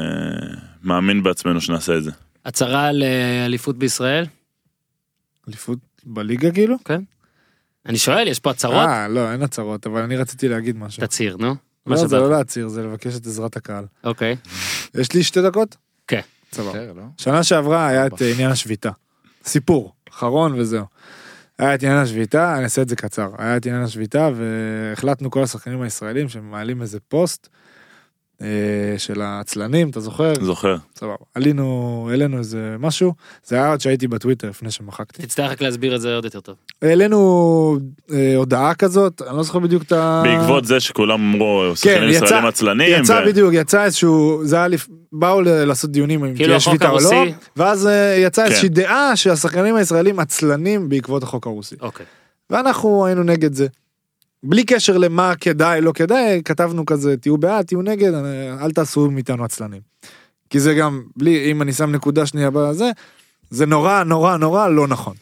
ומאמין בעצמנו שנעשה את זה. הצהרה לאליפות בישראל? אליפות בליגה כאילו? כן. אני שואל, יש פה הצהרות? אה, לא, אין הצהרות, אבל אני רציתי להגיד משהו. תצהיר, נו. לא, זה לא להצהיר, זה לבקש את עזרת הקהל. אוקיי. יש לי שתי דקות? כן. סבבה. שנה שעברה היה את עניין השביתה. סיפור, אחרון וזהו. היה את עניין השביתה, אני אעשה את זה קצר. היה את עניין השביתה, והחלטנו כל השחקנים הישראלים שמעלים איזה פוסט, של העצלנים, אתה זוכר? זוכר. סבבה. עלינו, אלינו איזה משהו, זה היה עוד שהייתי בטוויטר לפני שמחקתי. תצטרך רק להסביר את זה עוד יותר טוב. אלינו אה, הודעה כזאת, אני לא זוכר בדיוק את ה... בעקבות זה שכולם אמרו, שחקנים ישראלים עצלנים. יצא ו... בדיוק, יצא איזשהו, זה היה, באו לעשות דיונים אם כאילו תהיה שביתה או לא, ואז יצא כן. איזושהי דעה שהשחקנים הישראלים עצלנים בעקבות החוק הרוסי. אוקיי. ואנחנו היינו נגד זה. בלי קשר למה כדאי, לא כדאי, כתבנו כזה, תהיו בעד, תהיו נגד, אל תעשו מאיתנו עצלנים. כי זה גם, בלי, אם אני שם נקודה שנייה בזה, זה נורא, נורא, נורא לא נכון.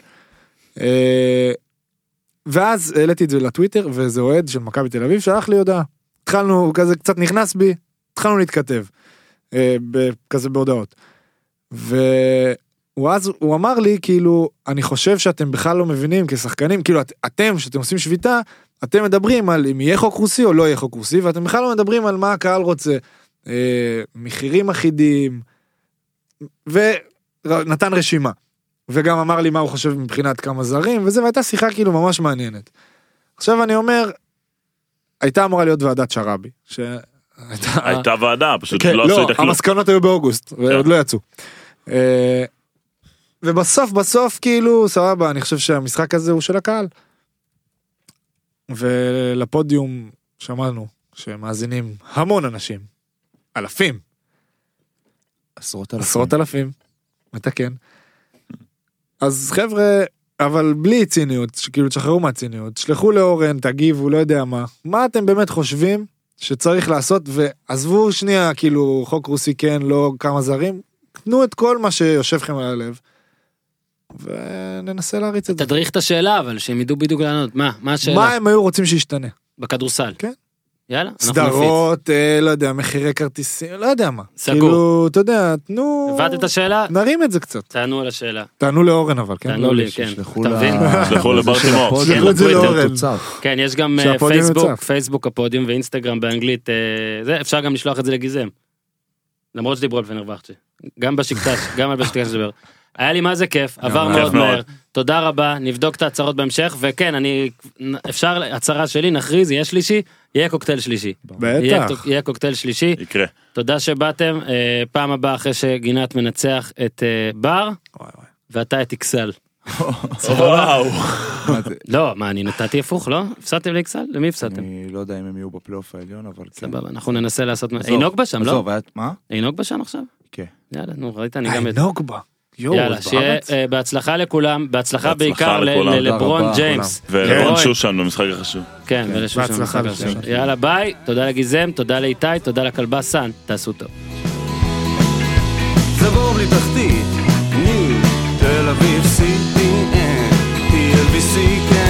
ואז העליתי את זה לטוויטר, וזה אוהד של מכבי תל אביב, שלח לי הודעה. התחלנו, כזה קצת נכנס בי, התחלנו להתכתב, כזה בהודעות. והוא אז, הוא אמר לי, כאילו, אני חושב שאתם בכלל לא מבינים כשחקנים, כאילו, אתם, שאתם עושים שביתה, אתם מדברים על אם יהיה חוק רוסי או לא יהיה חוק רוסי, ואתם בכלל לא מדברים על מה הקהל רוצה, אה, מחירים אחידים, ונתן רשימה, וגם אמר לי מה הוא חושב מבחינת כמה זרים, וזה, והייתה שיחה כאילו ממש מעניינת. עכשיו אני אומר, הייתה אמורה להיות ועדת שרבי, שהייתה... הייתה ועדה, פשוט כן, לא עשו את הכלום. לא, המסקנות היו באוגוסט, ועוד לא יצאו. אה, ובסוף, בסוף, כאילו, סבבה, אני חושב שהמשחק הזה הוא של הקהל. ולפודיום שמענו שמאזינים המון אנשים, אלפים, עשרות אלפים, עשרות אלפים, מתקן. אז חבר'ה, אבל בלי ציניות, כאילו תשחררו מהציניות, שלחו לאורן, תגיבו, לא יודע מה, מה אתם באמת חושבים שצריך לעשות, ועזבו שנייה, כאילו חוק רוסי כן, לא כמה זרים, תנו את כל מה שיושב לכם על הלב, וננסה להריץ את זה. תדריך את השאלה, אבל שהם ידעו בדיוק לענות. מה? מה השאלה? מה הם היו רוצים שישתנה? בכדורסל. כן. יאללה, סדרות, לא יודע, מחירי כרטיסים, לא יודע מה. סגור. כאילו, אתה יודע, תנו... הבאת את השאלה? נרים את זה קצת. תענו על השאלה. תענו לאורן אבל, כן? תענו לי, כן. אתה מבין? שלחו לברטימור. שלחו את זה לאורן. כן, יש גם פייסבוק, פייסבוק הפודיום ואינסטגרם באנגלית, זה, אפשר גם לשלוח את זה לגיזם. למרות שדיברו על פנרבחצ'ה. גם בשקטש, גם על בשקטש לדבר. היה לי מה זה כיף, עבר מאוד מהר, תודה רבה, נבדוק את ההצהרות בהמשך, וכן, אני, אפשר, הצהרה שלי, נכריז, יהיה שלישי, יהיה קוקטייל שלישי. בטח. יהיה קוקטייל שלישי. יקרה. תודה שבאתם, פעם הבאה אחרי שגינת מנצח את בר, ואתה את אקסל. וואו. לא, מה, אני נתתי הפוך, לא? הפסדתם לאקסל? למי הפסדתם? אני לא יודע אם הם יהיו בפלייאוף העליון, אבל כן. סבבה, אנחנו ננסה לעשות... אינוג בה שם, לא? מה? אינוג בה שם עכשיו? כן. יאללה, נו, ראית, אני גם... אינוג בה. יאללה, שיהיה בהצלחה לכולם, בהצלחה בעיקר ללברון ג'יימס. ולברון שושן במשחק החשוב. כן, ולשושן במשחק החשוב. יאללה, ביי, תודה לגיזם, תודה לאיתי, תודה לכלבה סן, תעשו טוב. זה בור בלי תחתית, ניו, תל אביב, סי טי אן, טי אל וי סי,